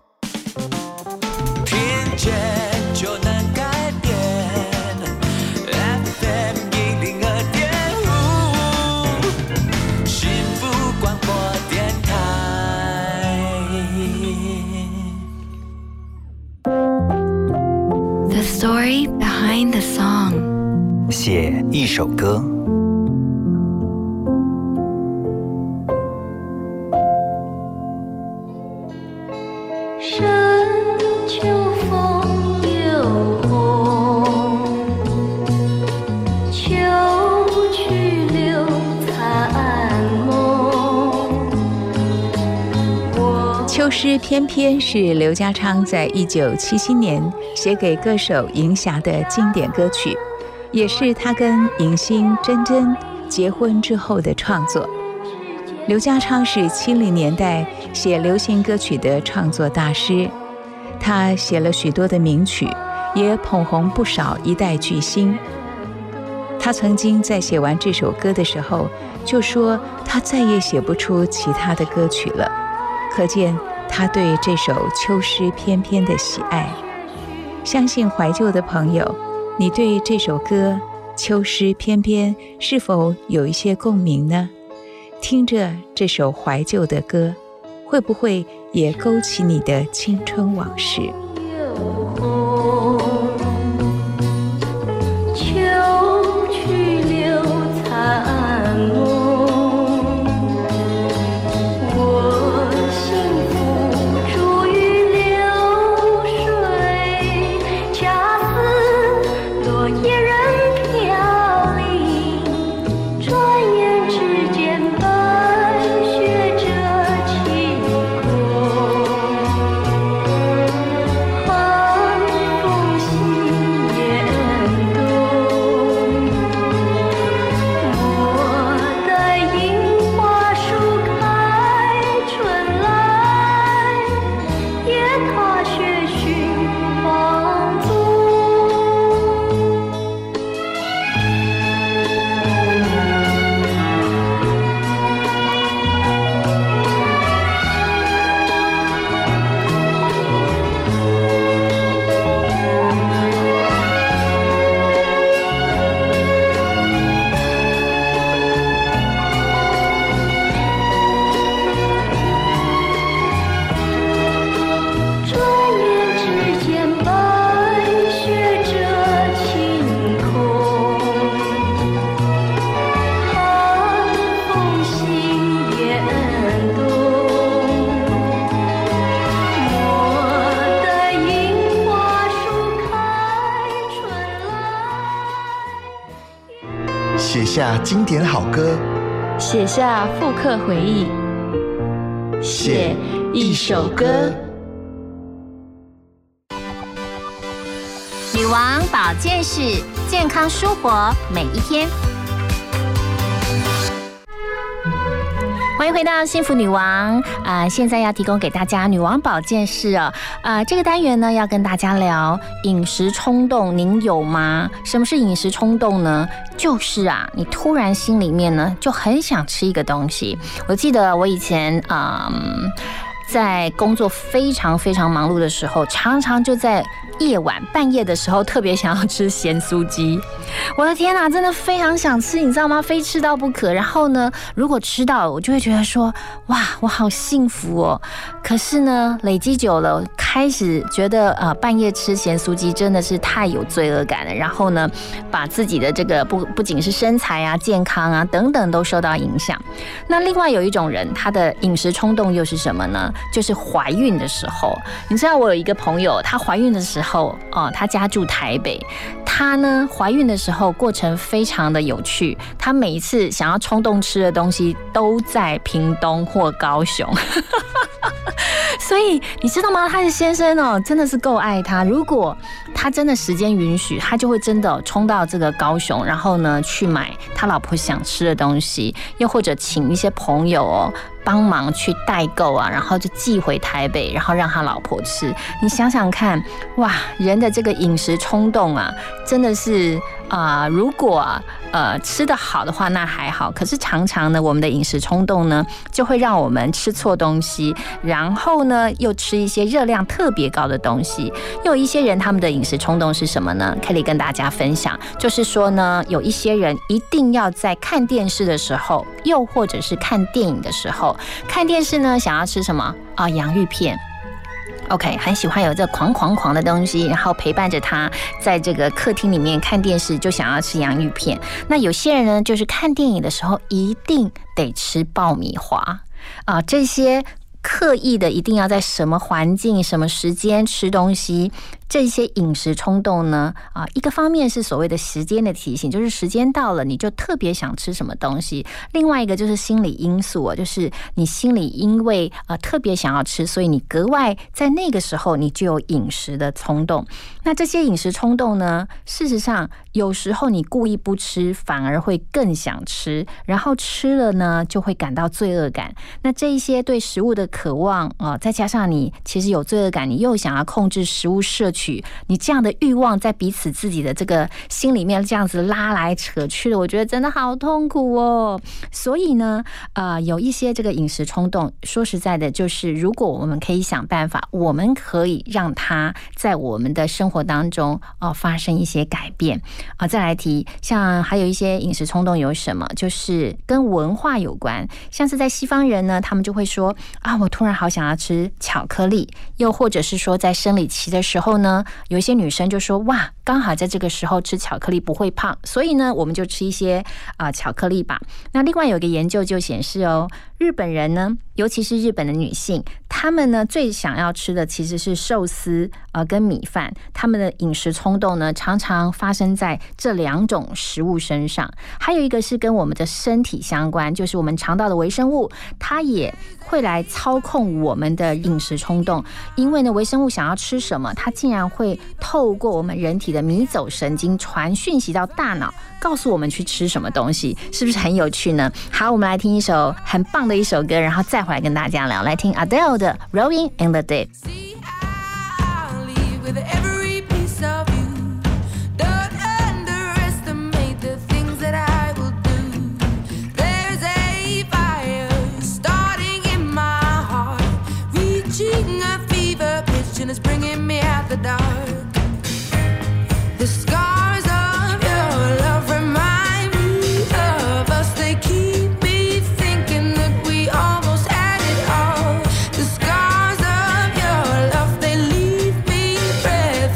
听见就能改变 F M 一零二点五，幸福广播电台。 The story behind the song， 写一首歌。 深秋风又红，秋去留残梦。 秋诗翩翩是刘家昌在一九七七年写给歌手银霞的经典歌曲，也是他跟影星珍珍结婚之后的创作。刘家昌是七零年代写流行歌曲的创作大师，他写了许多的名曲，也捧红不少一代巨星。他曾经在写完这首歌的时候就说他再也写不出其他的歌曲了，可见他对这首秋诗翩翩的喜爱。相信怀旧的朋友，你对这首歌秋诗翩翩是否有一些共鸣呢？听着这首怀旧的歌，会不会也勾起你的青春往事？ 秋去留残梦，我幸福逐于流水，恰似落叶任飘零，转眼之间白雪遮晴空。寒风袭严冬，我待樱花树开春来，也踏雪寻芳踪。转眼之间，白雪遮晴空，寒风袭严冬，我待樱花树开春来。 写下经典好歌， 写下复刻回忆， 写一首歌。 女王保健室，健康舒活每一天。欢迎回到幸福女王啊、呃！现在要提供给大家女王保健室哦，呃，这个单元呢要跟大家聊饮食冲动，您有吗？什么是饮食冲动呢？就是啊，你突然心里面呢就很想吃一个东西。我记得我以前嗯，在工作非常非常忙碌的时候，常常就在夜晚半夜的时候特别想要吃咸酥鸡，我的天哪，真的非常想吃，你知道吗？非吃到不可。然后呢，如果吃到了，我就会觉得说，哇，我好幸福哦。可是呢，累积久了，开始觉得呃，半夜吃咸酥鸡真的是太有罪恶感了。然后呢，把自己的这个不不仅是身材啊、健康啊等等都受到影响。那另外有一种人，他的饮食冲动又是什么呢？就是怀孕的时候。你知道我有一个朋友，她怀孕的时候。后哦，她家住台北，她呢怀孕的时候过程非常的有趣，她每一次想要冲动吃的东西都在屏东或高雄。所以你知道吗？她的先生哦，真的是够爱她。如果他真的时间允许，他就会真的冲到这个高雄，然后呢去买他老婆想吃的东西，又或者请一些朋友哦帮忙去代购啊，然后就寄回台北，然后让他老婆吃。你想想看，哇，人的这个饮食冲动啊，真的是啊、呃，如果呃吃得好的话，那还好。可是常常呢，我们的饮食冲动呢，就会让我们吃错东西，然后呢又吃一些热量特别高的东西。又有一些人他们的饮食冲动是什么呢？可以跟大家分享，就是说呢，有一些人一定要在看电视的时候，又或者是看电影的时候，看电视呢想要吃什么啊？洋芋片。OK， 很喜欢有这狂狂狂的东西，然后陪伴着他在这个客厅里面看电视，就想要吃洋芋片。那有些人呢，就是看电影的时候一定得吃爆米花啊，这些刻意的一定要在什么环境、什么时间吃东西。这些饮食冲动呢，啊，一个方面是所谓的时间的提醒，就是时间到了，你就特别想吃什么东西；另外一个就是心理因素啊，就是你心里因为呃特别想要吃，所以你格外在那个时候你就有饮食的冲动。那这些饮食冲动呢，事实上有时候你故意不吃，反而会更想吃，然后吃了呢就会感到罪恶感。那这一些对食物的渴望啊、呃，再加上你其实有罪恶感，你又想要控制食物摄取。你这样的欲望在彼此自己的这个心里面这样子拉来扯去的，我觉得真的好痛苦哦。所以呢，呃，有一些这个饮食冲动，说实在的，就是如果我们可以想办法，我们可以让它在我们的生活当中哦、呃、发生一些改变啊、呃。再来提，像还有一些饮食冲动有什么，就是跟文化有关，像是在西方人呢，他们就会说啊，我突然好想要吃巧克力，又或者是说在生理期的时候呢。有一些女生就说哇，刚好在这个时候吃巧克力不会胖，所以呢我们就吃一些啊、呃、巧克力吧。那另外有一个研究就显示哦，日本人呢，尤其是日本的女性，她们呢最想要吃的其实是寿司呃跟米饭，她们的饮食冲动呢常常发生在这两种食物身上。还有一个是跟我们的身体相关，就是我们肠道的微生物，它也会来操控我们的饮食冲动。因为呢微生物想要吃什么，它竟然会透过我们人体的迷走神经传讯息到大脑，告诉我们去吃什么东西，是不是很有趣呢？好，我们来听一首很棒的一首歌，然后再回来跟大家聊。来听 Adele 的 Rolling in the Deep。 It's bringing me out the dark. The scars of your love remind me of us. They keep me thinking that we almost had it all. The scars of your love, they leave me breathless.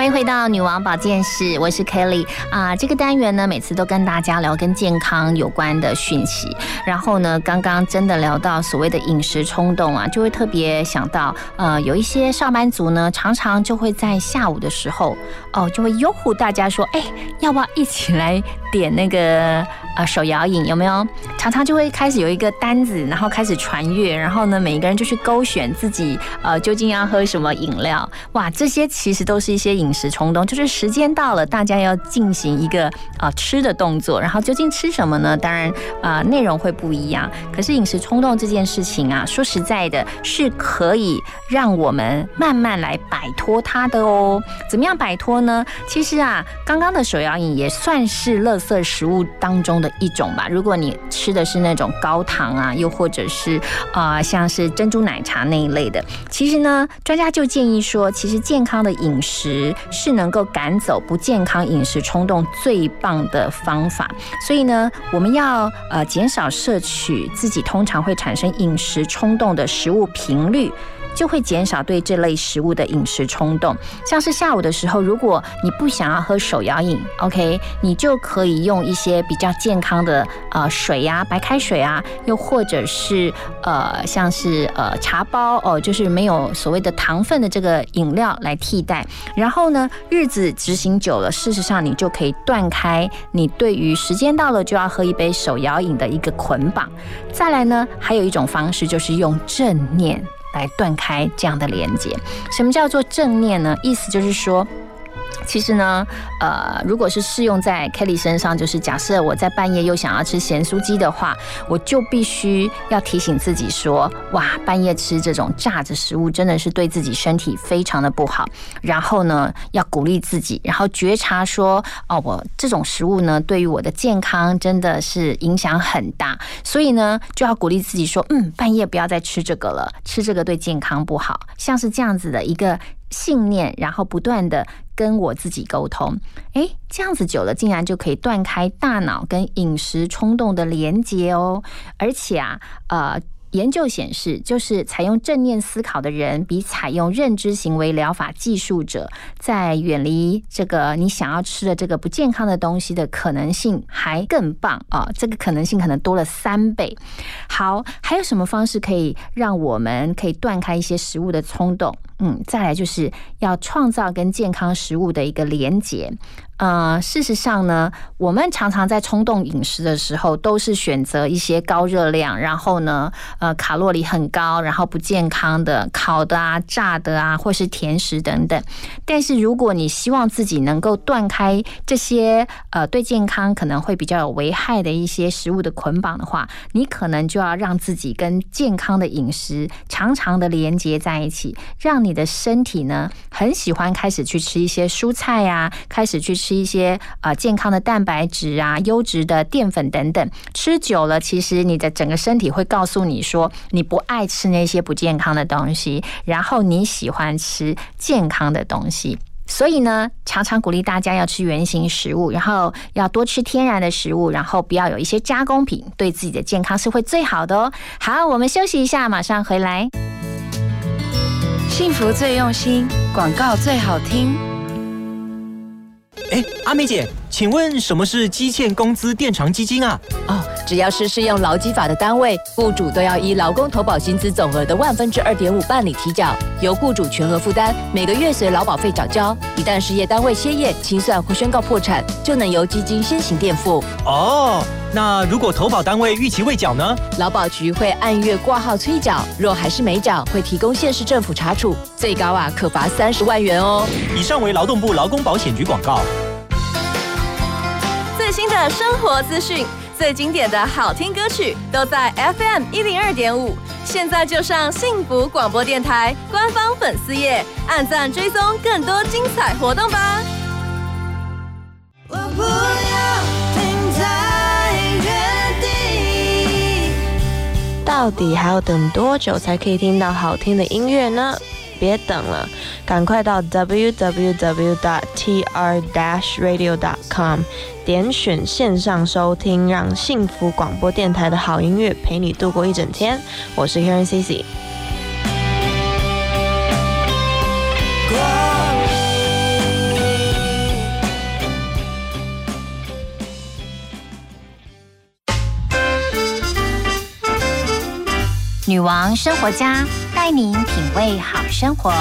迎回到女王保健室，我是 Kelly 啊。这个单元呢，每次都跟大家聊跟健康有关的讯息。然后呢，刚刚真的聊到所谓的饮食冲动啊，就会特别想到，呃，有一些上班族呢，常常就会在下午的时候，哦，就会诱惑大家说，哎，要不要一起来点那个呃手摇饮？有没有？常常就会开始有一个单子，然后开始传阅，然后呢，每一个人就去勾选自己呃究竟要喝什么饮料。哇，这些其实都是一些饮食冲动，就是时间到了，大家要进行一个呃吃的动作，然后究竟吃什么呢？当然呃内容会不一样，可是饮食冲动这件事情啊，说实在的，是可以让我们慢慢来摆脱它的哦。怎么样摆脱呢？其实啊，刚刚的手摇饮也算是垃圾食物当中的一种吧。如果你吃的是那种高糖啊，又或者是呃像是珍珠奶茶那一类的，其实呢，专家就建议说，其实健康的饮食是能够赶走不健康饮食冲动最棒的方法。所以呢，我们要呃减少摄取自己通常会产生饮食冲动的食物频率，就会减少对这类食物的饮食冲动。像是下午的时候，如果你不想要喝手摇饮 ，OK， 你就可以用一些比较健康的呃水啊、白开水啊，又或者是呃像是呃茶包哦，就是没有所谓的糖分的这个饮料来替代。然后呢，日子执行久了，事实上你就可以断开你对于时间到了就要喝一杯手摇饮的一个捆绑。再来呢，还有一种方式就是用正念来断开这样的连结。什么叫做正念呢？意思就是说，其实呢，呃，如果是适用在 Kelly 身上，就是假设我在半夜又想要吃咸酥鸡的话，我就必须要提醒自己说，哇，半夜吃这种炸的食物真的是对自己身体非常的不好。然后呢，要鼓励自己，然后觉察说，哦，我这种食物呢，对于我的健康真的是影响很大。所以呢，就要鼓励自己说，嗯，半夜不要再吃这个了，吃这个对健康不好。像是这样子的一个信念，然后不断的跟我自己沟通，诶，这样子久了，竟然就可以断开大脑跟饮食冲动的连结哦。而且啊，呃。研究显示，就是采用正念思考的人，比采用认知行为疗法技术者，在远离这个你想要吃的这个不健康的东西的可能性还更棒啊！这个可能性可能多了三倍。好，还有什么方式可以让我们可以断开一些食物的冲动？嗯，再来就是要创造跟健康食物的一个连结。呃，事实上呢，我们常常在冲动饮食的时候，都是选择一些高热量，然后呢，呃，卡路里很高，然后不健康的烤的啊、炸的啊，或是甜食等等。但是如果你希望自己能够断开这些呃对健康可能会比较有危害的一些食物的捆绑的话，你可能就要让自己跟健康的饮食常常的连接在一起，让你的身体呢很喜欢开始去吃一些蔬菜啊，开始去吃。吃一些呃健康的蛋白质啊、优质的淀粉等等，吃久了，其实你的整个身体会告诉你说，你不爱吃那些不健康的东西，然后你喜欢吃健康的东西。所以呢，常常鼓励大家要吃原型食物，然后要多吃天然的食物，然后不要有一些加工品，对自己的健康是会最好的哦。好，我们休息一下，马上回来。 幸福最用心，广告最好听。 哎，阿美姐，请问什么是基建工资垫偿基金啊？ 哦，只要是适用劳基法的单位，雇主都要依劳工投保薪资总额的万分之二点五办理提缴，由雇主全额负担，每个月随劳保费缴交。一旦事业单位歇业、清算或宣告破产，就能由基金先行垫付。 哦，那如果投保单位逾期未缴呢？ 劳保局会按月挂号催缴，若还是没缴，会提供县市政府查处，最高啊可罚三十万元哦。 以上为劳动部劳工保险局广告。 最新的生活资讯，最经典的好听歌曲，都在 F M 一零二点五。现在就上幸福广播电台官方粉丝页，按赞追踪更多精彩活动吧。 我不要停在原地。 到底还要等多久才可以听到好听的音乐呢？别等了，赶快到 double-u double-u double-u dot t r dash radio dot com 点选线上收听，让幸福广播电台的好音乐陪你度过一整天。我是 Karen C C。 光阴女王生活家带您品味好生活。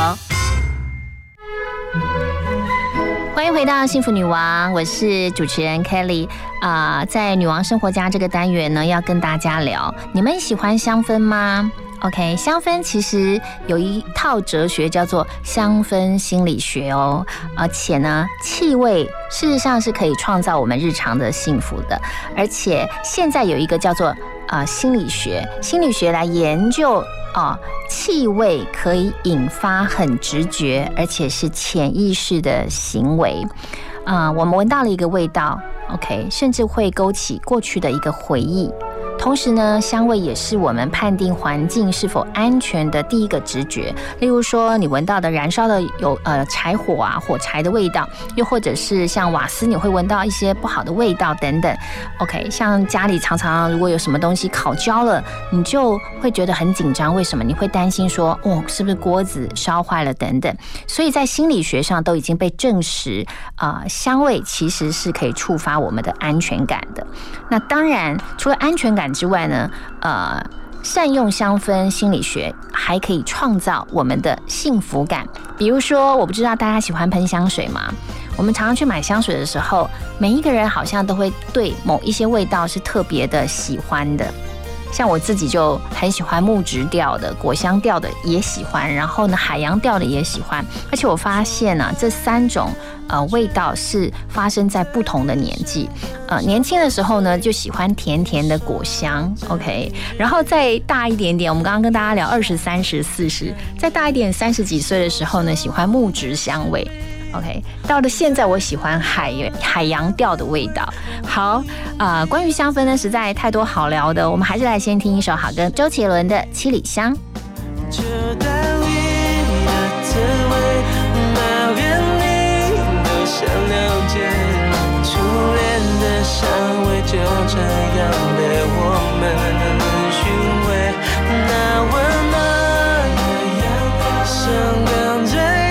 欢迎回到幸福女王，我是主持人 Kelly。啊、呃，在女王生活家这个单元呢，要跟大家聊，你们喜欢香氛吗？OK， 香氛其实有一套哲学叫做香氛心理学哦，而且呢，气味事实上是可以创造我们日常的幸福的，而且现在有一个叫做啊、呃、心理学，心理学来研究啊、呃、气味可以引发很直觉，而且是潜意识的行为。啊、呃，我们闻到了一个味道 ，OK， 甚至会勾起过去的一个回忆。同时呢，香味也是我们判定环境是否安全的第一个直觉。例如说，你闻到的燃烧的有呃柴火啊、火柴的味道，又或者是像瓦斯，你会闻到一些不好的味道等等。OK， 像家里常常如果有什么东西烤焦了，你就会觉得很紧张。为什么？你会担心说，哦，是不是锅子烧坏了等等。所以在心理学上都已经被证实，啊、呃，香味其实是可以触发我们的安全感的。那当然，除了安全感之外呢，呃，善用香氛心理学还可以创造我们的幸福感。比如说，我不知道大家喜欢喷香水吗？我们常常去买香水的时候，每一个人好像都会对某一些味道是特别的喜欢的。像我自己就很喜欢木质调的、果香调的也喜欢，然后呢海洋调的也喜欢。而且我发现呢、啊，这三种呃味道是发生在不同的年纪。呃，年轻的时候呢就喜欢甜甜的果香 ，OK。然后再大一点点，我们刚刚跟大家聊二十三十四十，再大一点三十几岁的时候呢，喜欢木质香味。OK， 到了现在我喜欢海海洋调的味道。好，呃，关于香氛呢，实在太多好聊的，我们还是来先听一首好歌，周杰伦的《七里香》。 这淡雨的滋味，抱怨你都想了解，初恋的香味就这样被我们寻味，那温暖的阳光像刚才。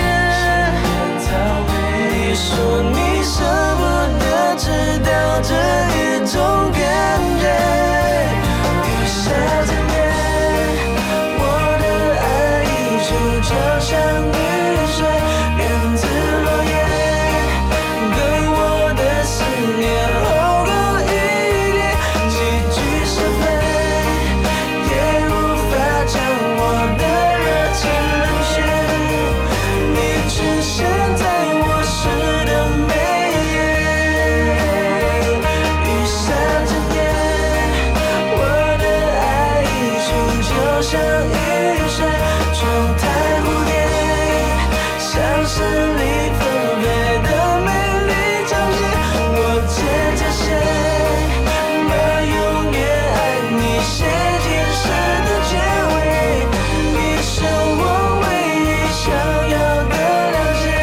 说你舍不得，知道这一种感觉。雨下整夜，我的爱溢出，就像雨水源自落叶，跟我的思念厚过一叠，几句是非，也无法将我的热情冷却。你出现在我身。像雨水状态蝴蝶，像是你纷飞的美丽掌心，我牵着线，把永远爱你写进诗的结尾，你是我唯一想要的了解。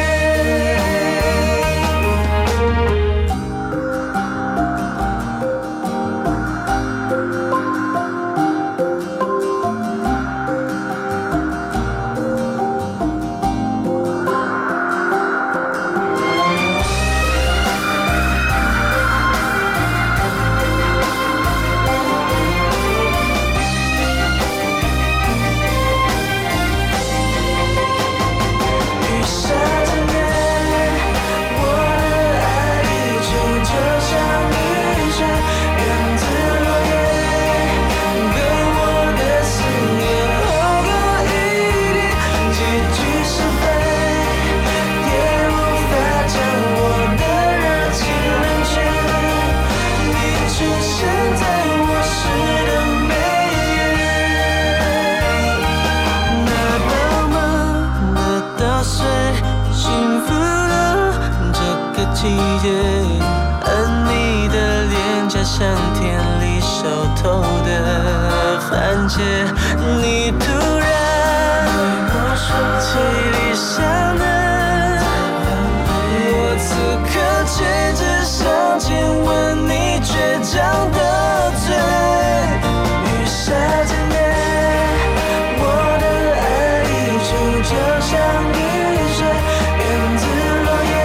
季节，而你的脸颊像田里熟透的番茄，你突然对我说七里香的，我此刻却只想亲吻你倔强的嘴。雨下整夜，我的爱溢出，就像雨水源自落叶。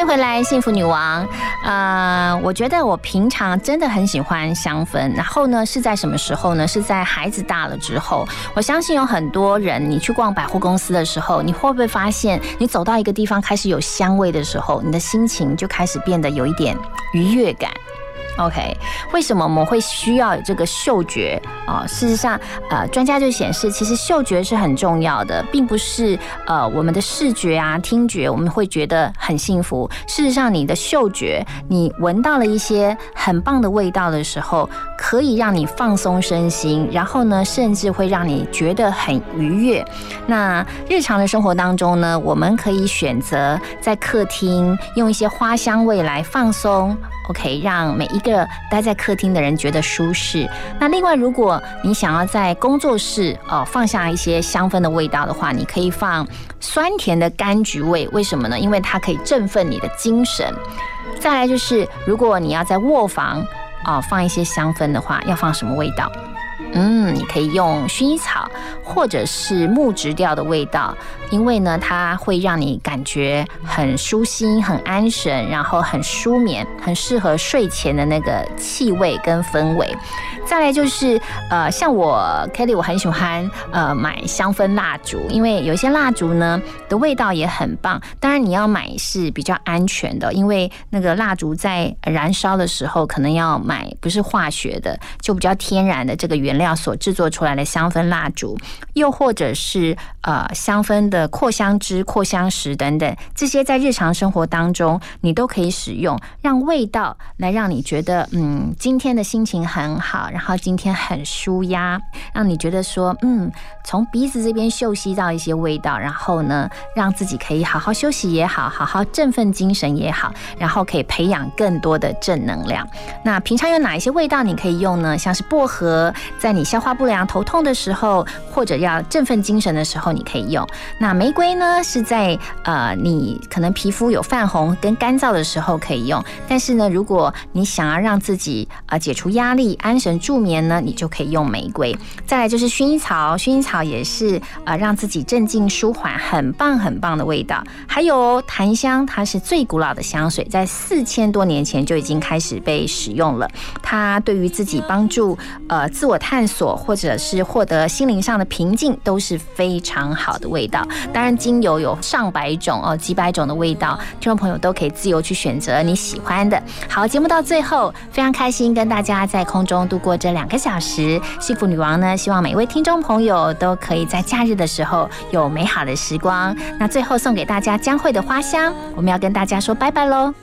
迎回来，幸福女王。呃，我觉得我平常真的很喜欢香氛，然后呢，是在什么时候呢？是在孩子大了之后。我相信有很多人，你去逛百货公司的时候，你会不会发现，你走到一个地方开始有香味的时候，你的心情就开始变得有一点愉悦感。OK， 为什么我们会需要有这个嗅觉啊、哦？事实上，呃，专家就显示，其实嗅觉是很重要的，并不是呃我们的视觉啊、听觉，我们会觉得很幸福。事实上，你的嗅觉，你闻到了一些很棒的味道的时候，可以让你放松身心，然后呢，甚至会让你觉得很愉悦。那日常的生活当中呢，我们可以选择在客厅用一些花香味来放松。OK， 让每一个待在客厅的人觉得舒适。那另外，如果你想要在工作室哦放下一些香氛的味道的话，你可以放酸甜的柑橘味。为什么呢？因为它可以振奋你的精神。再来就是，如果你要在卧房啊、哦、放一些香氛的话，要放什么味道？嗯，你可以用薰衣草或者是木质调的味道，因为呢，它会让你感觉很舒心、很安神，然后很舒眠，很适合睡前的那个气味跟氛围。再来就是呃，像我 Kelly， 我很喜欢呃买香氛蜡烛，因为有些蜡烛呢的味道也很棒。当然你要买是比较安全的，因为那个蜡烛在燃烧的时候，可能要买不是化学的，就比较天然的这个原料所制作出来的香氛蜡烛，又或者是呃香氛的扩香枝、扩香石等等，这些在日常生活当中你都可以使用，让味道来让你觉得嗯今天的心情很好，然后今天很舒压，让你觉得说嗯从鼻子这边嗅吸到一些味道，然后呢让自己可以好好休息也好，好好振奋精神也好，然后可以培养更多的正能量。那平常有哪一些味道你可以用呢？像是薄荷，在你消化不良、头痛的时候，或者要振奋精神的时候，你可以用。那玫瑰呢，是在呃你可能皮肤有泛红跟干燥的时候可以用。但是呢，如果你想要让自己呃解除压力、安神助眠呢，你就可以用玫瑰。再来就是薰衣草，薰衣草也是呃让自己镇静舒缓，很棒很棒的味道。还有檀香，它是最古老的香水，在四千多年前就已经开始被使用了。它对于自己帮助呃自我探索，或者是获得心灵上的平静，都是非常好的味道。当然，精油有上百种哦，几百种的味道，听众朋友都可以自由去选择你喜欢的。好，节目到最后，非常开心跟大家在空中度过这两个小时。幸福女王呢，希望每位听众朋友都可以在假日的时候有美好的时光。那最后送给大家江蕙的花香，我们要跟大家说拜拜喽。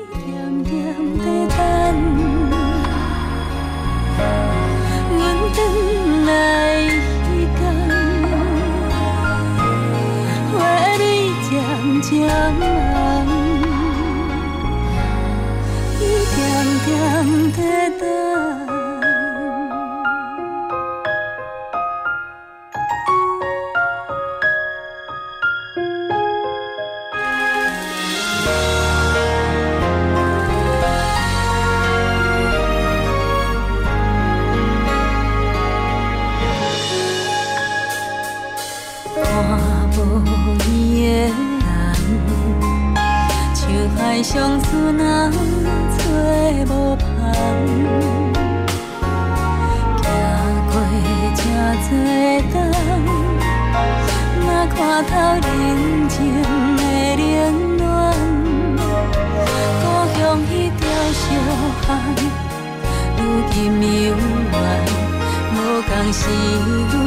来彼天，花蕊渐渐红，伊点点在等。相思人找无伴，行过真多冬，若看透人情的冷暖，故乡迄条小巷，如今犹原无共时。